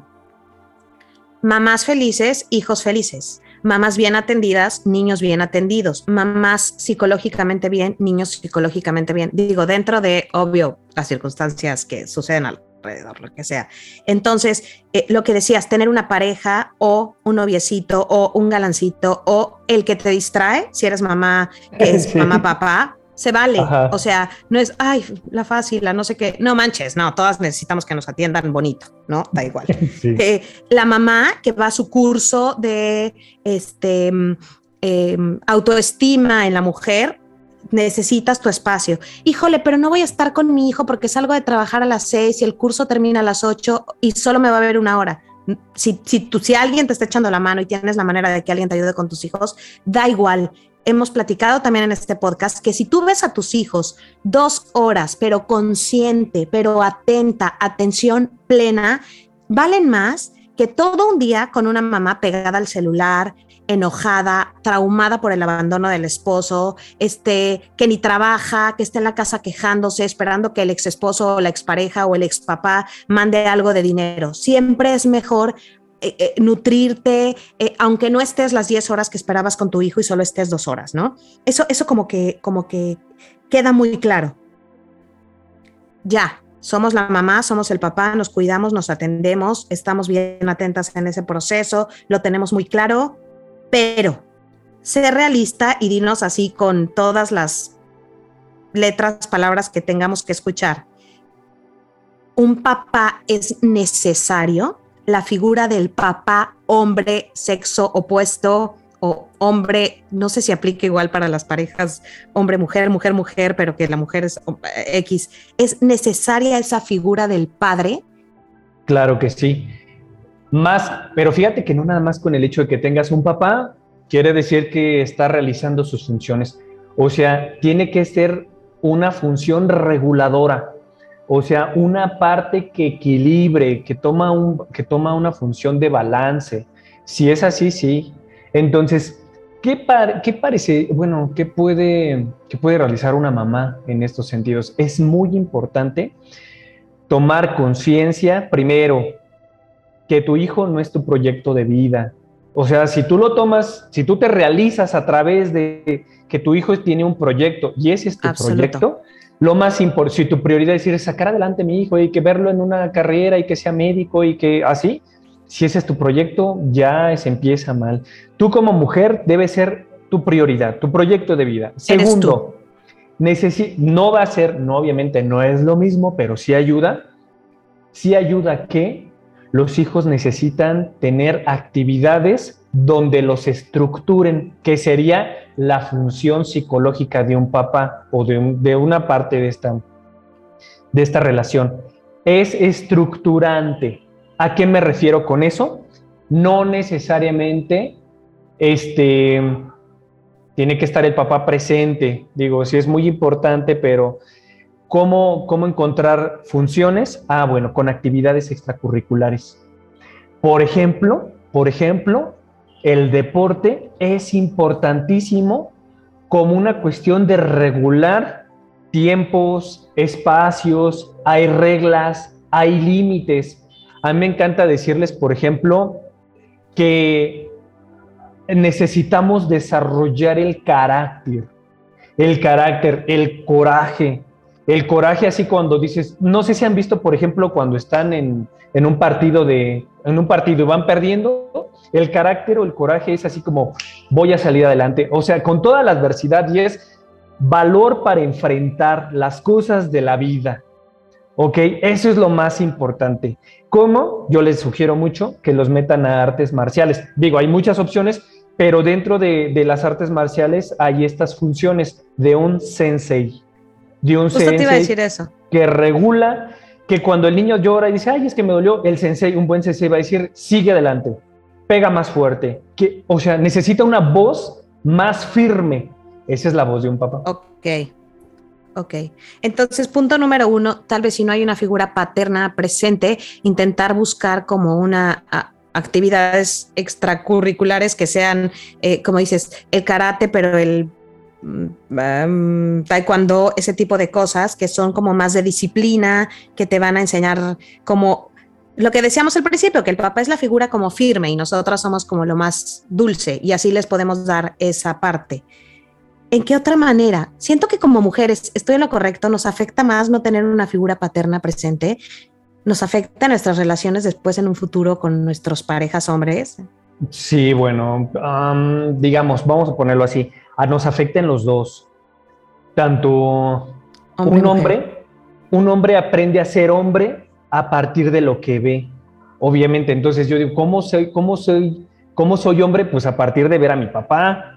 Mamás felices, hijos felices. Mamás bien atendidas, niños bien atendidos. Mamás psicológicamente bien, niños psicológicamente bien. Digo, dentro de, obvio, las circunstancias que suceden alrededor, lo que sea. Entonces, eh, lo que decías, tener una pareja o un noviecito o un galancito o el que te distrae, si eres mamá, que es sí. mamá, papá, se vale. Ajá. O sea, no es, ay, la fácil, la no sé qué. No manches, no, todas necesitamos que nos atiendan bonito, ¿no? Da igual. Sí. Eh, la mamá que va a su curso de este, eh, autoestima en la mujer, necesitas tu espacio. Híjole, pero no voy a estar con mi hijo porque salgo de trabajar a las seis y el curso termina a las ocho y solo me va a ver una hora. Si, si, tú, si alguien te está echando la mano y tienes la manera de que alguien te ayude con tus hijos, da igual. Hemos platicado también en este podcast que si tú ves a tus hijos dos horas, pero consciente, pero atenta, atención plena, valen más que todo un día con una mamá pegada al celular, enojada, traumada por el abandono del esposo, este, que ni trabaja, que está en la casa quejándose, esperando que el ex esposo o la expareja o el ex papá mande algo de dinero. Siempre es mejor Eh, eh, nutrirte, eh, aunque no estés las diez horas que esperabas con tu hijo y solo estés dos horas, ¿no? Eso, eso como que, como que queda muy claro. Ya, somos la mamá, somos el papá, nos cuidamos, nos atendemos, estamos bien atentas en ese proceso, lo tenemos muy claro, pero sé realista y dinos así con todas las letras, palabras que tengamos que escuchar. ¿Un papá es necesario? La figura del papá, hombre, sexo opuesto o hombre, no sé si aplica igual para las parejas hombre-mujer, mujer-mujer, pero que la mujer es X. ¿Es necesaria esa figura del padre? Claro que sí. Más, pero fíjate que no nada más con el hecho de que tengas un papá, quiere decir que está realizando sus funciones. O sea, tiene que ser una función reguladora. O sea, una parte que equilibre, que toma, un, que toma una función de balance. Si es así, sí. Entonces, ¿qué, par, qué parece, bueno, qué puede, qué puede realizar una mamá en estos sentidos? Es muy importante tomar conciencia, primero, que tu hijo no es tu proyecto de vida. O sea, si tú lo tomas, si tú te realizas a través de que tu hijo tiene un proyecto y ese es tu Absoluto. proyecto, lo más importante, si tu prioridad es decir, sacar adelante a mi hijo y que verlo en una carrera y que sea médico y que así, si ese es tu proyecto, ya se empieza mal. Tú como mujer debe ser tu prioridad, tu proyecto de vida. Segundo, necesi- no va a ser, no, obviamente no es lo mismo, pero sí ayuda, sí ayuda que los hijos necesitan tener actividades donde los estructuren, que sería la función psicológica de un papá o de, un, de una parte de esta, de esta relación. Es estructurante. ¿A qué me refiero con eso? No necesariamente este, tiene que estar el papá presente. Digo, sí es muy importante, pero ¿cómo, cómo encontrar funciones? Ah, bueno, con actividades extracurriculares. Por ejemplo, por ejemplo, el deporte es importantísimo como una cuestión de regular tiempos, espacios, hay reglas, hay límites. A mí me encanta decirles, por ejemplo, que necesitamos desarrollar el carácter. el carácter, el coraje. El coraje así cuando dices, no sé si han visto, por ejemplo, cuando están en, en un partido de, en un partido y van perdiendo, el carácter o el coraje es así como, voy a salir adelante. O sea, con toda la adversidad, y es valor para enfrentar las cosas de la vida. ¿Ok? Eso es lo más importante. ¿Cómo? Yo les sugiero mucho que los metan a artes marciales. Digo, hay muchas opciones, pero dentro de, de las artes marciales hay estas funciones de un sensei. De un Justo sensei te iba a decir eso. que regula, que cuando el niño llora y dice, ay, es que me dolió, el sensei, un buen sensei va a decir, sigue adelante, pega más fuerte. Que, o sea, necesita una voz más firme. Esa es la voz de un papá. Ok, ok. Entonces, punto número uno, tal vez si no hay una figura paterna presente, intentar buscar como una a, actividades extracurriculares que sean, eh, como dices, el karate, pero el um, taekwondo, ese tipo de cosas que son como más de disciplina, que te van a enseñar como lo que decíamos al principio, que el papá es la figura como firme y nosotros somos como lo más dulce y así les podemos dar esa parte. ¿En qué otra manera? Siento que como mujeres, estoy en lo correcto, nos afecta más no tener una figura paterna presente, nos afecta nuestras relaciones después en un futuro con nuestros parejas hombres. Sí, bueno, um, digamos, vamos a ponerlo así, a nos afecten los dos. Tanto Hombre, un mujer. hombre, un hombre aprende a ser hombre a partir de lo que ve. Obviamente, entonces yo digo, ¿cómo soy, cómo soy, cómo soy hombre? Pues a partir de ver a mi papá.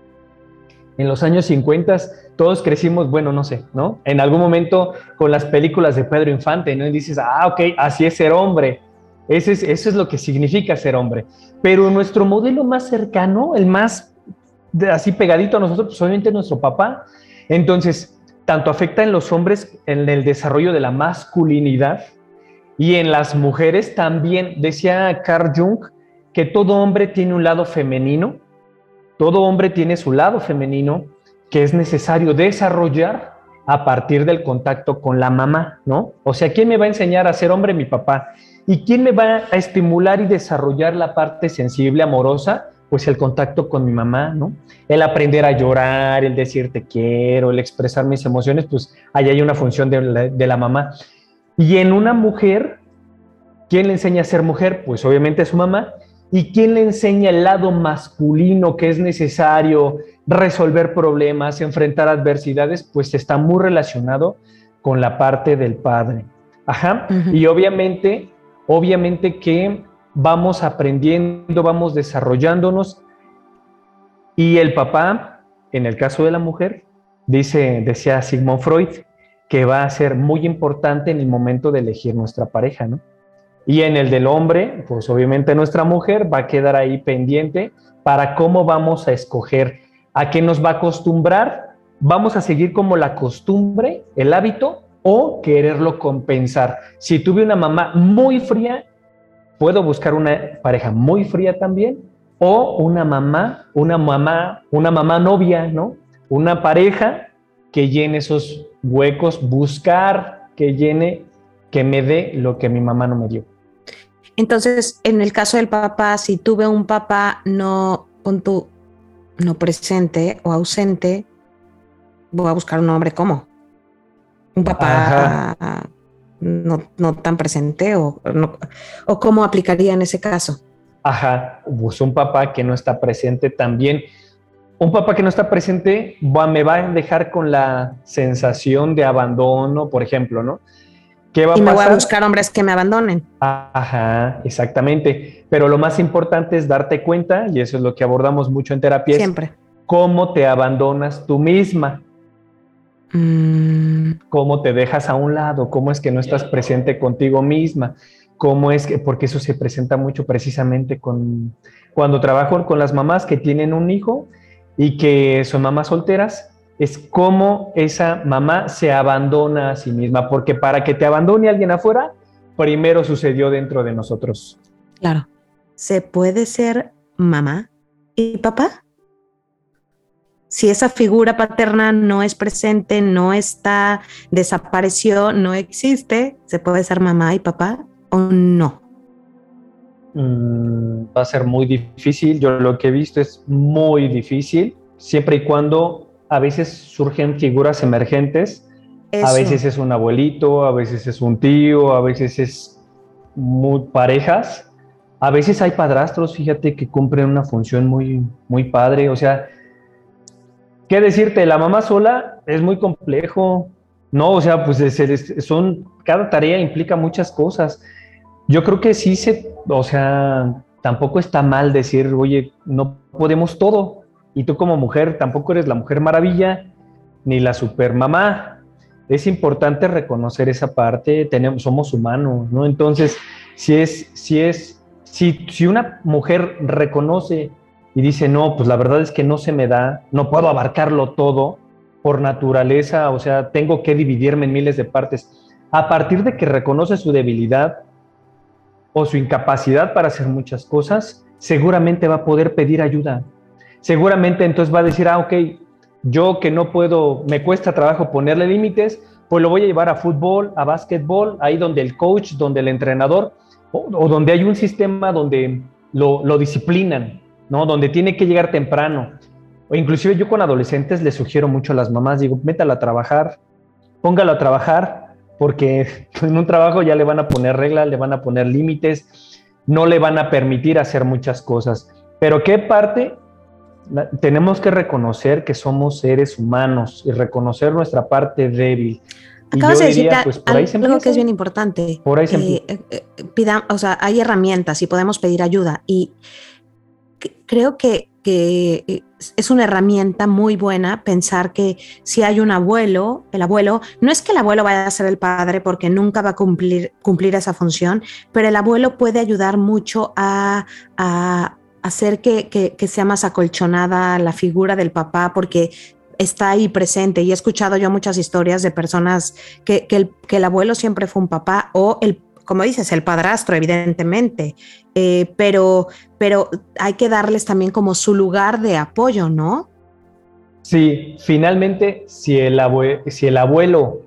En los años cincuenta todos crecimos, bueno, no sé, ¿no? En algún momento con las películas de Pedro Infante, ¿no? Y dices, ah, ok, así es ser hombre. Ese es, eso es lo que significa ser hombre. Pero nuestro modelo más cercano, el más de, así pegadito a nosotros, pues obviamente es nuestro papá. Entonces, tanto afecta en los hombres en el desarrollo de la masculinidad y en las mujeres también. Decía Carl Jung que todo hombre tiene un lado femenino. Todo hombre tiene su lado femenino que es necesario desarrollar a partir del contacto con la mamá, ¿no? O sea, ¿quién me va a enseñar a ser hombre? Mi papá. ¿Y quién me va a estimular y desarrollar la parte sensible, amorosa? Pues el contacto con mi mamá, ¿no? El aprender a llorar, el decir te quiero, el expresar mis emociones, pues ahí hay una función de la, de la mamá. Y en una mujer, ¿quién le enseña a ser mujer? Pues obviamente a su mamá. ¿Y quién le enseña el lado masculino que es necesario resolver problemas, enfrentar adversidades? Pues está muy relacionado con la parte del padre. Ajá. Uh-huh. Y obviamente, obviamente que vamos aprendiendo, vamos desarrollándonos. Y el papá, en el caso de la mujer, dice, decía Sigmund Freud, que va a ser muy importante en el momento de elegir nuestra pareja, ¿no? Y en el del hombre, pues obviamente nuestra mujer va a quedar ahí pendiente para cómo vamos a escoger, a qué nos va a acostumbrar, vamos a seguir como la costumbre, el hábito, o quererlo compensar. Si tuve una mamá muy fría, puedo buscar una pareja muy fría también, o una mamá, una mamá, una mamá novia, ¿no? Una pareja que llene esos huecos, buscar que llene, que me dé lo que mi mamá no me dio. Entonces, en el caso del papá, si tuve un papá no, pon tú, no presente o ausente, voy a buscar un hombre como un papá no, no tan presente o, no, o cómo aplicaría en ese caso. Ajá, pues un papá que no está presente también. Un papá que no está presente va, me va a dejar con la sensación de abandono, por ejemplo, ¿no? ¿Qué va a y me pasar? voy a buscar hombres que me abandonen. Ajá, exactamente. Pero lo más importante es darte cuenta, y eso es lo que abordamos mucho en terapia, siempre. Cómo te abandonas tú misma. Mm. Cómo te dejas a un lado, cómo es que no estás presente contigo misma, cómo es que, porque eso se presenta mucho precisamente con, cuando trabajo con las mamás que tienen un hijo y que son mamás solteras, es cómo esa mamá se abandona a sí misma, porque para que te abandone alguien afuera, primero sucedió dentro de nosotros. Claro. ¿Se puede ser mamá y papá? Si esa figura paterna no es presente, no está, desapareció, no existe, ¿se puede ser mamá y papá o no? Mm, va a ser muy difícil. Yo lo que he visto es muy difícil, siempre y cuando a veces surgen figuras emergentes, Eso. a veces es un abuelito, a veces es un tío, a veces es muy parejas, a veces hay padrastros, fíjate, que cumplen una función muy, muy padre. O sea, ¿qué decirte? La mamá sola es muy complejo, ¿no? O sea, pues es- es- son, cada tarea implica muchas cosas. Yo creo que sí se, o sea, tampoco está mal decir, oye, no podemos todo. Y tú como mujer tampoco eres la mujer maravilla ni la super mamá. Es importante reconocer esa parte, tenemos, somos humanos, ¿no? Entonces, si es, si es, si, si una mujer reconoce y dice, no, pues la verdad es que no se me da, no puedo abarcarlo todo por naturaleza, o sea, tengo que dividirme en miles de partes. A partir de que reconoce su debilidad o su incapacidad para hacer muchas cosas, seguramente va a poder pedir ayuda. Seguramente entonces va a decir, ah, ok, yo que no puedo, me cuesta trabajo ponerle límites, pues lo voy a llevar a fútbol, a básquetbol, ahí donde el coach, donde el entrenador, o, o donde hay un sistema donde lo, lo disciplinan, ¿no? Donde tiene que llegar temprano. O inclusive yo con adolescentes les sugiero mucho a las mamás, digo, métala a trabajar, póngalo a trabajar, porque en un trabajo ya le van a poner reglas, le van a poner límites, no le van a permitir hacer muchas cosas. Pero ¿qué parte? Tenemos que reconocer que somos seres humanos y reconocer nuestra parte débil. Y Acabas yo de decir diría, a- pues por ahí se algo empieza. que es bien importante. Por ahí se Eh, empieza. eh, eh, pida- o sea, hay herramientas y podemos pedir ayuda. Y c- creo que, que eh, es una herramienta muy buena pensar que si hay un abuelo, el abuelo, no es que el abuelo vaya a ser el padre porque nunca va a cumplir, cumplir esa función, pero el abuelo puede ayudar mucho a, a hacer que, que, que sea más acolchonada la figura del papá porque está ahí presente. Y he escuchado yo muchas historias de personas que, que, el, que el abuelo siempre fue un papá o el, como dices, el padrastro, evidentemente, eh, pero, pero hay que darles también como su lugar de apoyo, ¿no? Sí, finalmente, si el, abue si el abuelo,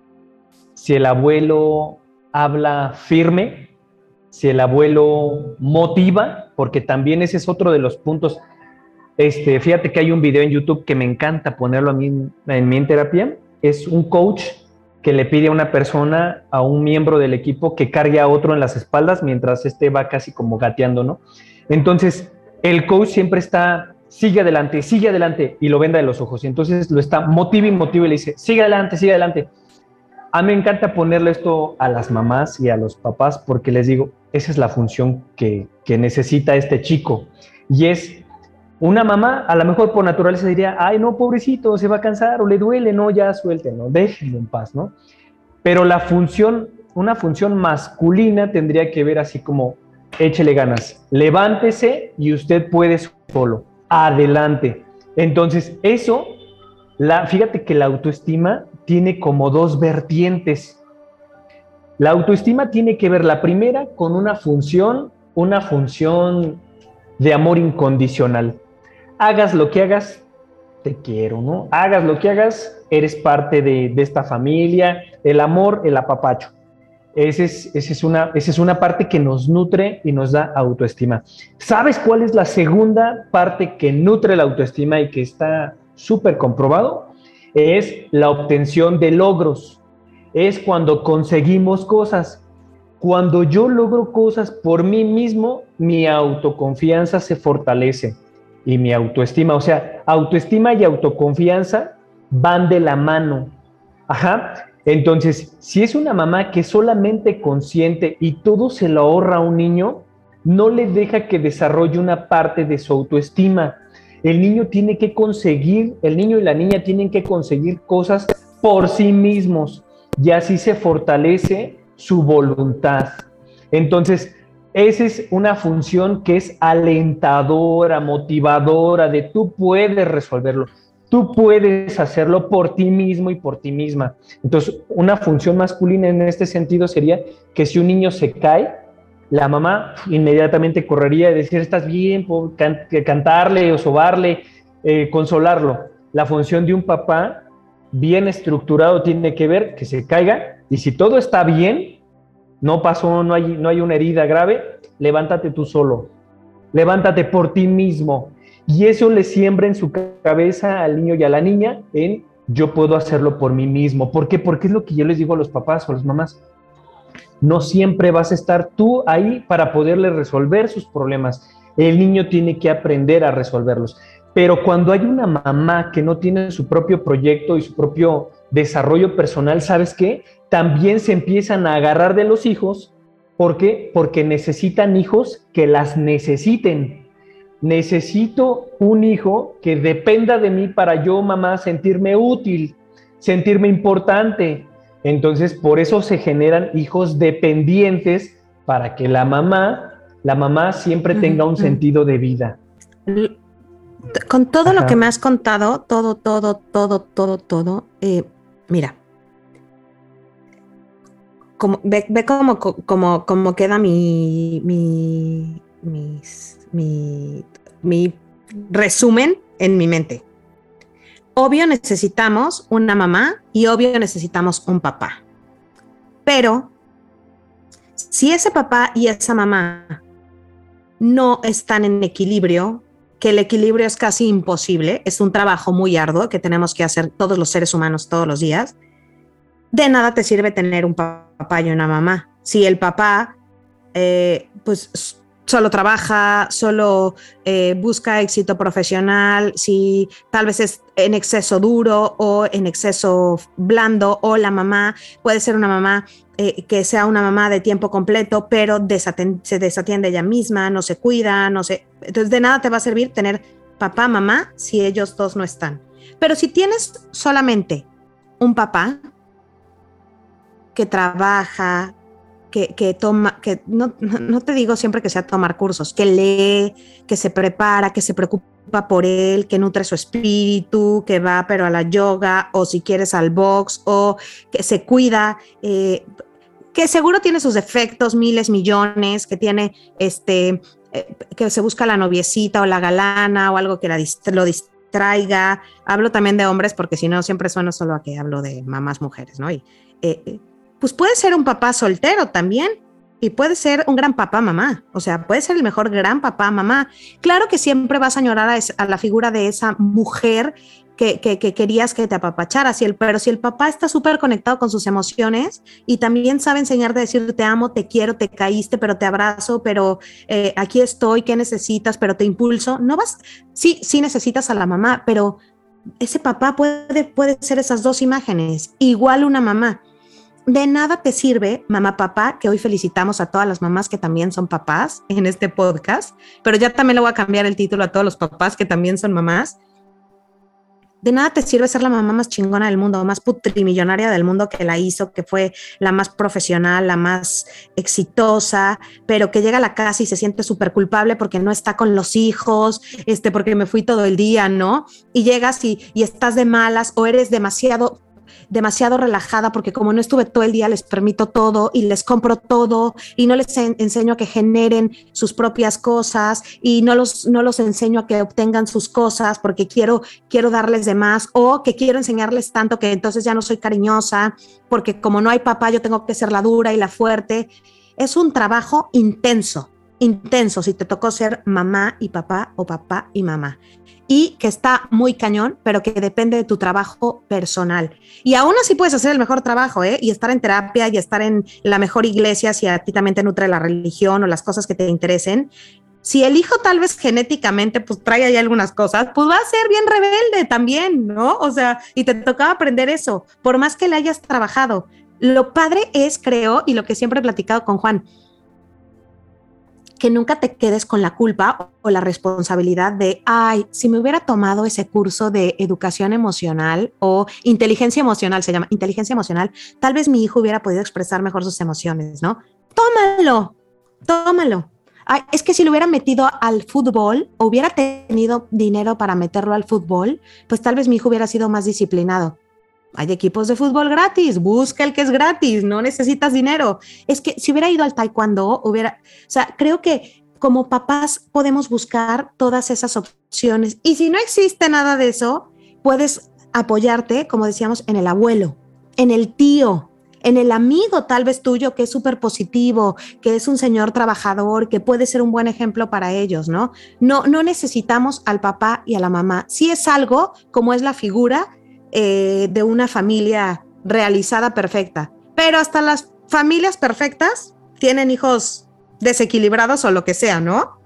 si el abuelo habla firme, si el abuelo motiva, porque también ese es otro de los puntos. Este, fíjate que hay un video en YouTube que me encanta ponerlo a mí en, en mi en terapia. Es un coach que le pide a una persona, a un miembro del equipo, que cargue a otro en las espaldas mientras este va casi como gateando, ¿no? Entonces, el coach siempre está, sigue adelante, sigue adelante, y lo venda de los ojos. Y entonces lo está motiva y motiva y le dice, sigue adelante, sigue adelante. A mí me encanta ponerle esto a las mamás y a los papás porque les digo, esa es la función que, que necesita este chico. Y es una mamá, a lo mejor por naturaleza diría, ay, no, pobrecito, se va a cansar o le duele, no, ya suéltenlo, déjenlo en paz, ¿no? Pero la función, una función masculina tendría que ver así como, échele ganas, levántese y usted puede solo, adelante. Entonces, eso, la, fíjate que la autoestima tiene como dos vertientes. La autoestima tiene que ver, la primera, con una función, una función de amor incondicional. Hagas lo que hagas, te quiero, ¿no? Hagas lo que hagas, eres parte de, de esta familia, el amor, el apapacho. Esa es, ese es, una, esa es una parte que nos nutre y nos da autoestima. ¿Sabes cuál es la segunda parte que nutre la autoestima y que está súper comprobado? Es la obtención de logros. Es cuando conseguimos cosas. Cuando yo logro cosas por mí mismo, mi autoconfianza se fortalece y mi autoestima, o sea, autoestima y autoconfianza van de la mano. Ajá. Entonces, si es una mamá que solamente consiente y todo se lo ahorra a un niño, no le deja que desarrolle una parte de su autoestima. El niño tiene que conseguir, el niño y la niña tienen que conseguir cosas por sí mismos y así se fortalece su voluntad. Entonces, esa es una función que es alentadora, motivadora, de tú puedes resolverlo, tú puedes hacerlo por ti mismo y por ti misma. Entonces, una función masculina en este sentido sería que si un niño se cae, la mamá inmediatamente correría a decir, estás bien, por can cantarle o sobarle, eh, consolarlo. La función de un papá bien estructurado tiene que ver que se caiga y si todo está bien, no pasó, no hay, no hay una herida grave, levántate tú solo, levántate por ti mismo. y eso le siembra en su cabeza al niño y a la niña en yo puedo hacerlo por mí mismo. ¿Por qué? Porque es lo que yo les digo a los papás o a las mamás. No siempre vas a estar tú ahí para poderle resolver sus problemas. El niño tiene que aprender a resolverlos. Pero cuando hay una mamá que no tiene su propio proyecto y su propio desarrollo personal, ¿sabes qué? También se empiezan a agarrar de los hijos. ¿Por qué? Porque necesitan hijos que las necesiten. Necesito un hijo que dependa de mí para yo, mamá, sentirme útil, sentirme importante. Entonces, por eso se generan hijos dependientes para que la mamá, la mamá siempre tenga un sentido de vida. Con todo Ajá. lo que me has contado, todo, todo, todo, todo, todo, eh, mira, como, ve, ve cómo, cómo, cómo queda mi, mi, mis, mi, mi resumen en mi mente. Obvio necesitamos una mamá y obvio necesitamos un papá. Pero si ese papá y esa mamá no están en equilibrio, que el equilibrio es casi imposible, es un trabajo muy arduo que tenemos que hacer todos los seres humanos todos los días, de nada te sirve tener un papá y una mamá. Si el papá eh, pues solo trabaja, solo eh, busca éxito profesional, si tal vez es en exceso duro o en exceso blando, o la mamá puede ser una mamá eh, que sea una mamá de tiempo completo, pero desatend- se desatiende ella misma, no se cuida, no se... Entonces de nada te va a servir tener papá, mamá, si ellos dos no están. Pero si tienes solamente un papá que trabaja, que, que toma, que no, no te digo siempre que sea tomar cursos, que lee, que se prepara, que se preocupa por él, que nutre su espíritu, que va pero a la yoga, o si quieres al box, o que se cuida, eh, que seguro tiene sus defectos, miles, millones, que tiene este, eh, que se busca la noviecita o la galana o algo que la dist- lo distraiga. Hablo también de hombres porque si no siempre suena solo a que hablo de mamás mujeres, ¿no? Y, eh, pues puede ser un papá soltero también y puede ser un gran papá mamá, o sea, puede ser el mejor gran papá mamá. Claro que siempre vas a añorar a, es, a la figura de esa mujer que, que, que querías que te apapachara, si el, pero si el papá está súper conectado con sus emociones y también sabe enseñar de decir te amo, te quiero, te caíste, pero te abrazo, pero eh, aquí estoy, ¿qué necesitas? Pero te impulso, no vas, sí, sí necesitas a la mamá, pero ese papá puede, puede ser esas dos imágenes, igual una mamá. De nada te sirve, mamá, papá, que hoy felicitamos a todas las mamás que también son papás en este podcast, pero ya también le voy a cambiar el título a todos los papás que también son mamás. De nada te sirve ser la mamá más chingona del mundo, más putrimillonaria del mundo que la hizo, que fue la más profesional, la más exitosa, pero que llega a la casa y se siente súper culpable porque no está con los hijos, este, porque me fui todo el día, ¿no? Y llegas y, y estás de malas o eres demasiado... demasiado relajada porque como no estuve todo el día les permito todo y les compro todo y no les en, enseño a que generen sus propias cosas y no los, no los enseño a que obtengan sus cosas porque quiero, quiero darles de más o que quiero enseñarles tanto que entonces ya no soy cariñosa porque como no hay papá yo tengo que ser la dura y la fuerte. Es un trabajo intenso, intenso si te tocó ser mamá y papá o papá y mamá. Y que está muy cañón, pero que depende de tu trabajo personal. Y aún así puedes hacer el mejor trabajo, ¿eh? Y estar en terapia y estar en la mejor iglesia si a ti también te nutre la religión o las cosas que te interesen. Si el hijo tal vez genéticamente pues trae ahí algunas cosas, pues va a ser bien rebelde también, ¿no? O sea, y te tocaba aprender eso, por más que le hayas trabajado. Lo padre es, creo, y lo que siempre he platicado con Juan, que nunca te quedes con la culpa o la responsabilidad de, ay, si me hubiera tomado ese curso de educación emocional o inteligencia emocional, se llama inteligencia emocional, tal vez mi hijo hubiera podido expresar mejor sus emociones, ¿no? Tómalo, tómalo. Ay, es que si lo hubiera metido al fútbol o hubiera tenido dinero para meterlo al fútbol, pues tal vez mi hijo hubiera sido más disciplinado. Hay equipos de fútbol gratis, busca el que es gratis, no necesitas dinero. Es que si hubiera ido al taekwondo, hubiera, o sea, creo que como papás podemos buscar todas esas opciones. Y si no existe nada de eso, puedes apoyarte, como decíamos, en el abuelo, en el tío, en el amigo tal vez tuyo que es súper positivo, que es un señor trabajador, que puede ser un buen ejemplo para ellos, ¿no? No, no necesitamos al papá y a la mamá. Sí es algo como es la figura eh, de una familia realizada perfecta, pero hasta las familias perfectas tienen hijos desequilibrados o lo que sea, ¿no?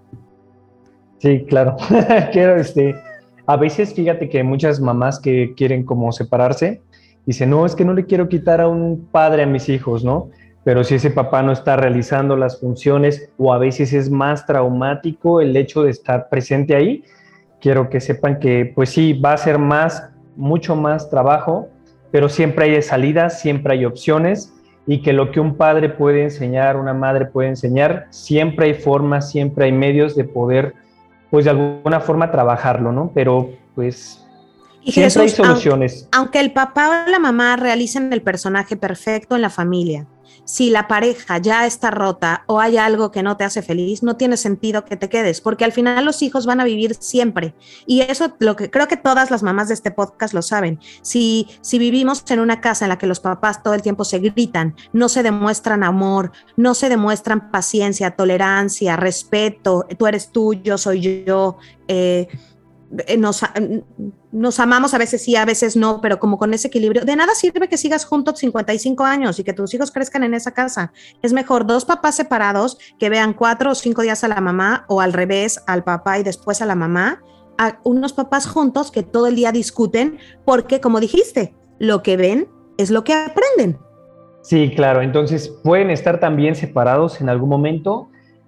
Sí, claro. Quiero, este, a veces fíjate que muchas mamás que quieren como separarse, dicen, no, es que no le quiero quitar a un padre a mis hijos, ¿no? Pero si ese papá no está realizando las funciones o a veces es más traumático el hecho de estar presente ahí, quiero que sepan que pues sí, va a ser más, mucho más trabajo, pero siempre hay salidas, siempre hay opciones y que lo que un padre puede enseñar, una madre puede enseñar, siempre hay formas, siempre hay medios de poder, pues de alguna forma trabajarlo, ¿no? Pero pues Y siempre hay Jesús, soluciones. aunque, aunque el papá o la mamá realicen el personaje perfecto en la familia, si la pareja ya está rota o hay algo que no te hace feliz, no tiene sentido que te quedes, porque al final los hijos van a vivir siempre. Y eso lo que creo que todas las mamás de este podcast lo saben. Si, si vivimos en una casa en la que los papás todo el tiempo se gritan, no se demuestran amor, no se demuestran paciencia, tolerancia, respeto, tú eres tú, yo soy yo, eh, Nos, nos amamos a veces sí, a veces no, pero como con ese equilibrio, de nada sirve que sigas juntos cincuenta y cinco años y que tus hijos crezcan en esa casa. Es mejor dos papás separados que vean cuatro o cinco días a la mamá o al revés, al papá y después a la mamá, a unos papás juntos que todo el día discuten porque, como dijiste, lo que ven es lo que aprenden. Sí, claro, entonces pueden estar también separados en algún momento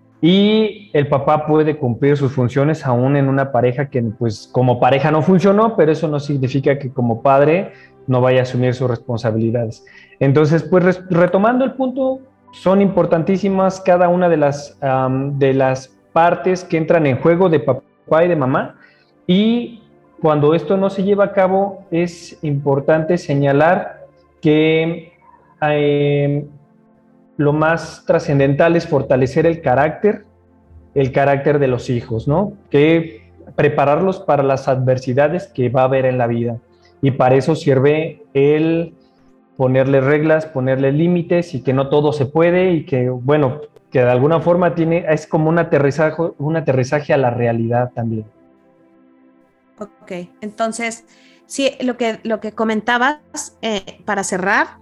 y el papá puede cumplir sus funciones aún en una pareja que pues como pareja no funcionó, pero eso no significa que como padre no vaya a asumir sus responsabilidades. Entonces, pues retomando el punto, son importantísimas cada una de las, um, de las partes que entran en juego de papá y de mamá, y cuando esto no se lleva a cabo es importante señalar que eh, lo más trascendental es fortalecer el carácter, el carácter de los hijos, ¿no? Que prepararlos para las adversidades que va a haber en la vida. Y para eso sirve el ponerle reglas, ponerle límites y que no todo se puede y que, bueno, que de alguna forma tiene, es como un aterrizaje, un aterrizaje a la realidad también. Ok, entonces, sí, lo que, lo que comentabas, eh, para cerrar,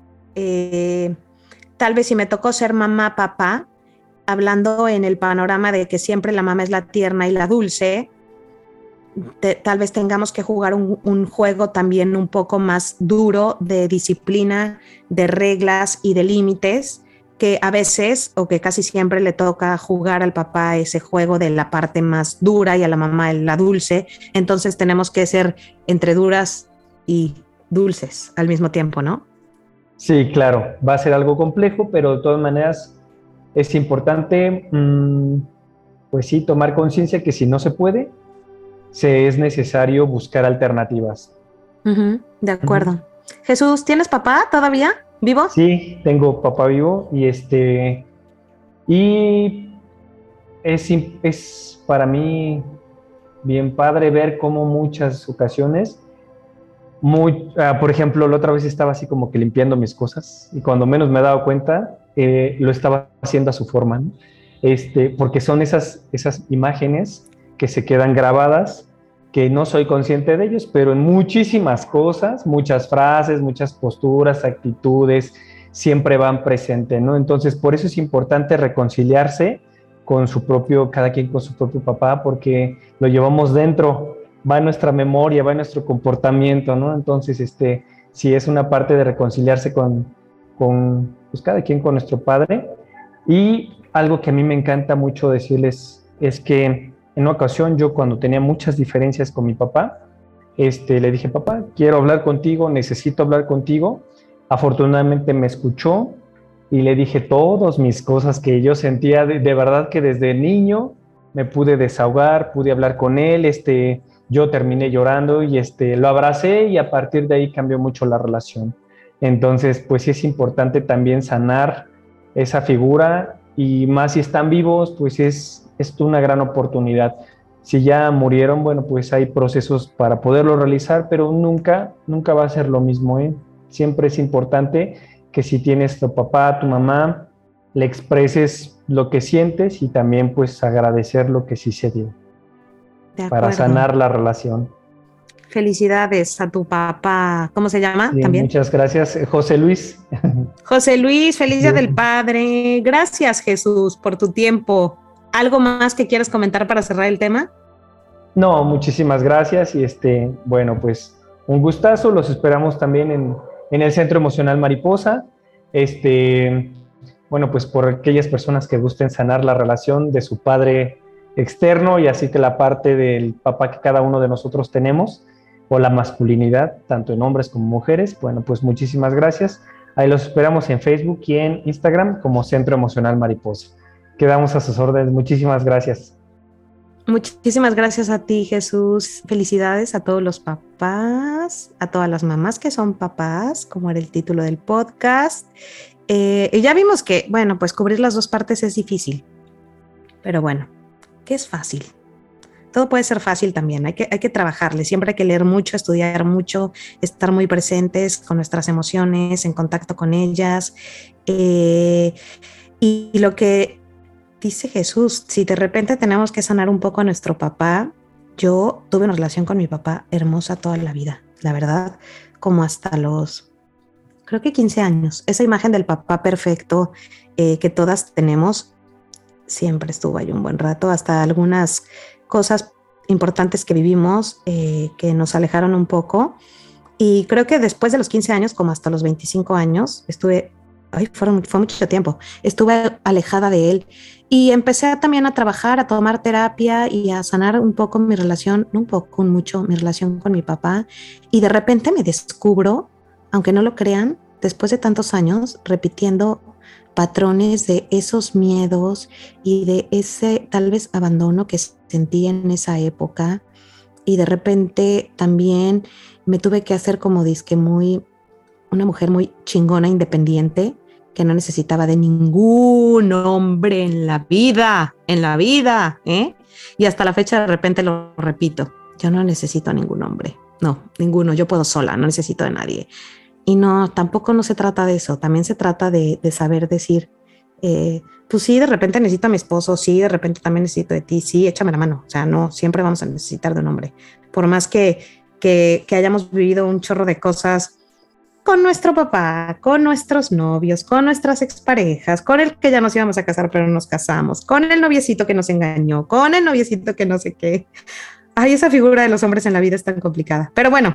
eh, tal vez si me tocó ser mamá, papá, hablando en el panorama de que siempre la mamá es la tierna y la dulce, te, tal vez tengamos que jugar un, un juego también un poco más duro de disciplina, de reglas y de límites, que a veces o que casi siempre le toca jugar al papá ese juego de la parte más dura y a la mamá la dulce. Entonces tenemos que ser entre duras y dulces al mismo tiempo, ¿no? Sí, claro, va a ser algo complejo, pero de todas maneras es importante, mmm, pues sí, tomar conciencia que si no se puede, se es necesario buscar alternativas. Uh-huh, de acuerdo. Uh-huh. Jesús, ¿tienes papá todavía vivo? Sí, tengo papá vivo y este y es, es para mí bien padre ver cómo muchas ocasiones, muy, uh, por ejemplo, la otra vez estaba así como que limpiando mis cosas y cuando menos me he dado cuenta, eh, lo estaba haciendo a su forma, ¿no? Este, porque son esas, esas imágenes que se quedan grabadas, que no soy consciente de ellos, pero en muchísimas cosas, muchas frases, muchas posturas, actitudes, siempre van presentes, ¿no? Entonces, por eso es importante reconciliarse con su propio, cada quien con su propio papá, porque lo llevamos dentro, va en nuestra memoria, va en nuestro comportamiento, ¿no? Entonces, este, sí es una parte de reconciliarse con, con pues, cada quien con nuestro padre. Y algo que a mí me encanta mucho decirles es que en una ocasión yo cuando tenía muchas diferencias con mi papá, este, le dije, papá, quiero hablar contigo, necesito hablar contigo. Afortunadamente me escuchó y le dije todas mis cosas que yo sentía, de, de verdad que desde niño me pude desahogar, pude hablar con él, este, yo terminé llorando y este, lo abracé y a partir de ahí cambió mucho la relación. Entonces, pues sí es importante también sanar esa figura y más si están vivos, pues es, es una gran oportunidad. Si ya murieron, bueno, pues hay procesos para poderlo realizar, pero nunca, nunca va a ser lo mismo, ¿eh? Siempre es importante que si tienes tu papá, tu mamá, le expreses lo que sientes y también pues agradecer lo que sí se dio para sanar la relación. Felicidades a tu papá. ¿Cómo se llama? Sí, también. Muchas gracias, José Luis. José Luis, feliz Día Sí. del Padre. Gracias, Jesús, por tu tiempo. ¿Algo más que quieras comentar para cerrar el tema? No, muchísimas gracias y este, bueno, pues un gustazo. Los esperamos también en, en el Centro Emocional Mariposa. Este, bueno, pues por aquellas personas que gusten sanar la relación de su padre externo y así que la parte del papá que cada uno de nosotros tenemos, o la masculinidad, tanto en hombres como mujeres. Bueno, pues muchísimas gracias. Ahí los esperamos en Facebook y en Instagram como Centro Emocional Mariposa. Quedamos a sus órdenes. Muchísimas gracias. Muchísimas gracias a ti, Jesús. Felicidades a todos los papás, a todas las mamás que son papás, como era el título del podcast. Eh, y ya vimos que, bueno, pues cubrir las dos partes es difícil. Pero bueno, ¿qué es fácil? Todo puede ser fácil también, hay que, hay que trabajarle, siempre hay que leer mucho, estudiar mucho, estar muy presentes con nuestras emociones, en contacto con ellas. Eh, y, y lo que dice Jesús, si de repente tenemos que sanar un poco a nuestro papá, yo tuve una relación con mi papá hermosa toda la vida, la verdad, como hasta los, creo que quince años. Esa imagen del papá perfecto eh, que todas tenemos, siempre estuvo ahí un buen rato, hasta algunas cosas importantes que vivimos eh, que nos alejaron un poco, y creo que después de los quince años, como hasta los veinticinco años, estuve, ay, fueron, fue mucho tiempo, estuve alejada de él y empecé también a trabajar, a tomar terapia y a sanar un poco mi relación, no un poco, un mucho, mi relación con mi papá, y de repente me descubro, aunque no lo crean, después de tantos años repitiendo patrones de esos miedos y de ese tal vez abandono que sentí en esa época, y de repente también me tuve que hacer como disque muy, una mujer muy chingona, independiente, que no necesitaba de ningún hombre en la vida, en la vida, ¿eh? Y hasta la fecha de repente lo repito, yo no necesito a ningún hombre, no, ninguno, yo puedo sola, no necesito de nadie. Y no, tampoco no se trata de eso, también se trata de, de saber decir, eh, pues sí, de repente necesito a mi esposo, sí, de repente también necesito de ti, sí, échame la mano, o sea, no, siempre vamos a necesitar de un hombre, por más que, que, que hayamos vivido un chorro de cosas con nuestro papá, con nuestros novios, con nuestras exparejas, con el que ya nos íbamos a casar pero nos casamos, con el noviecito que nos engañó, con el noviecito que no sé qué. Ay, esa figura de los hombres en la vida es tan complicada, pero bueno,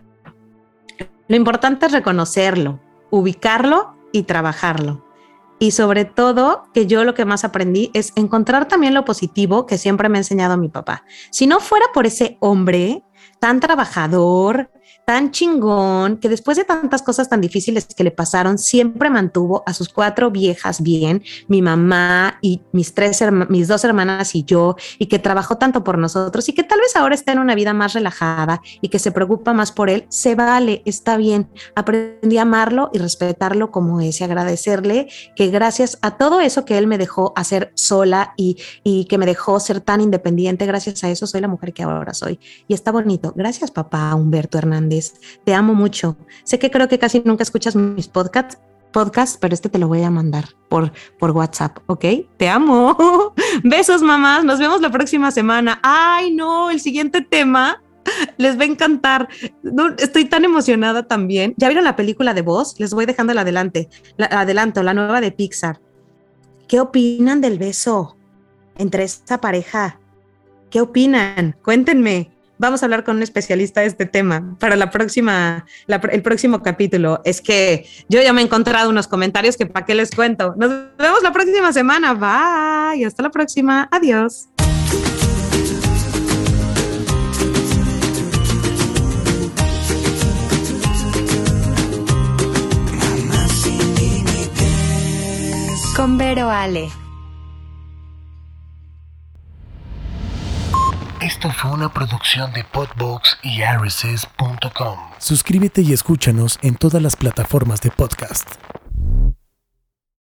lo importante es reconocerlo, ubicarlo y trabajarlo. Y sobre todo, que yo lo que más aprendí es encontrar también lo positivo que siempre me ha enseñado mi papá. Si no fuera por ese hombre tan trabajador, tan chingón, que después de tantas cosas tan difíciles que le pasaron, siempre mantuvo a sus cuatro viejas bien, mi mamá y mis tres, mis dos hermanas y yo, y que trabajó tanto por nosotros, y que tal vez ahora está en una vida más relajada y que se preocupa más por él, se vale, está bien. Aprendí a amarlo y respetarlo como es, y agradecerle que gracias a todo eso que él me dejó hacer sola y, y que me dejó ser tan independiente, gracias a eso soy la mujer que ahora soy. Y está bonito. Gracias, papá Humberto Hernández. Te amo mucho. Sé que creo que casi nunca escuchas mis podcasts, podcast, pero este te lo voy a mandar por, por WhatsApp, ¿ok? Te amo. Besos, mamás. Nos vemos la próxima semana. Ay, no, el siguiente tema les va a encantar. No, estoy tan emocionada también. ¿Ya vieron la película de Buzz? Les voy dejando el adelante, la, adelanto, la nueva de Pixar. ¿Qué opinan del beso entre esta pareja? ¿Qué opinan? Cuéntenme. Vamos a hablar con un especialista de este tema para la próxima, la, el próximo capítulo. Es que yo ya me he encontrado unos comentarios que para qué les cuento. Nos vemos la próxima semana. Bye. Hasta la próxima. Adiós. Con Vero Ale. Esto fue una producción de Podbox y R S S punto com. Suscríbete y escúchanos en todas las plataformas de podcast.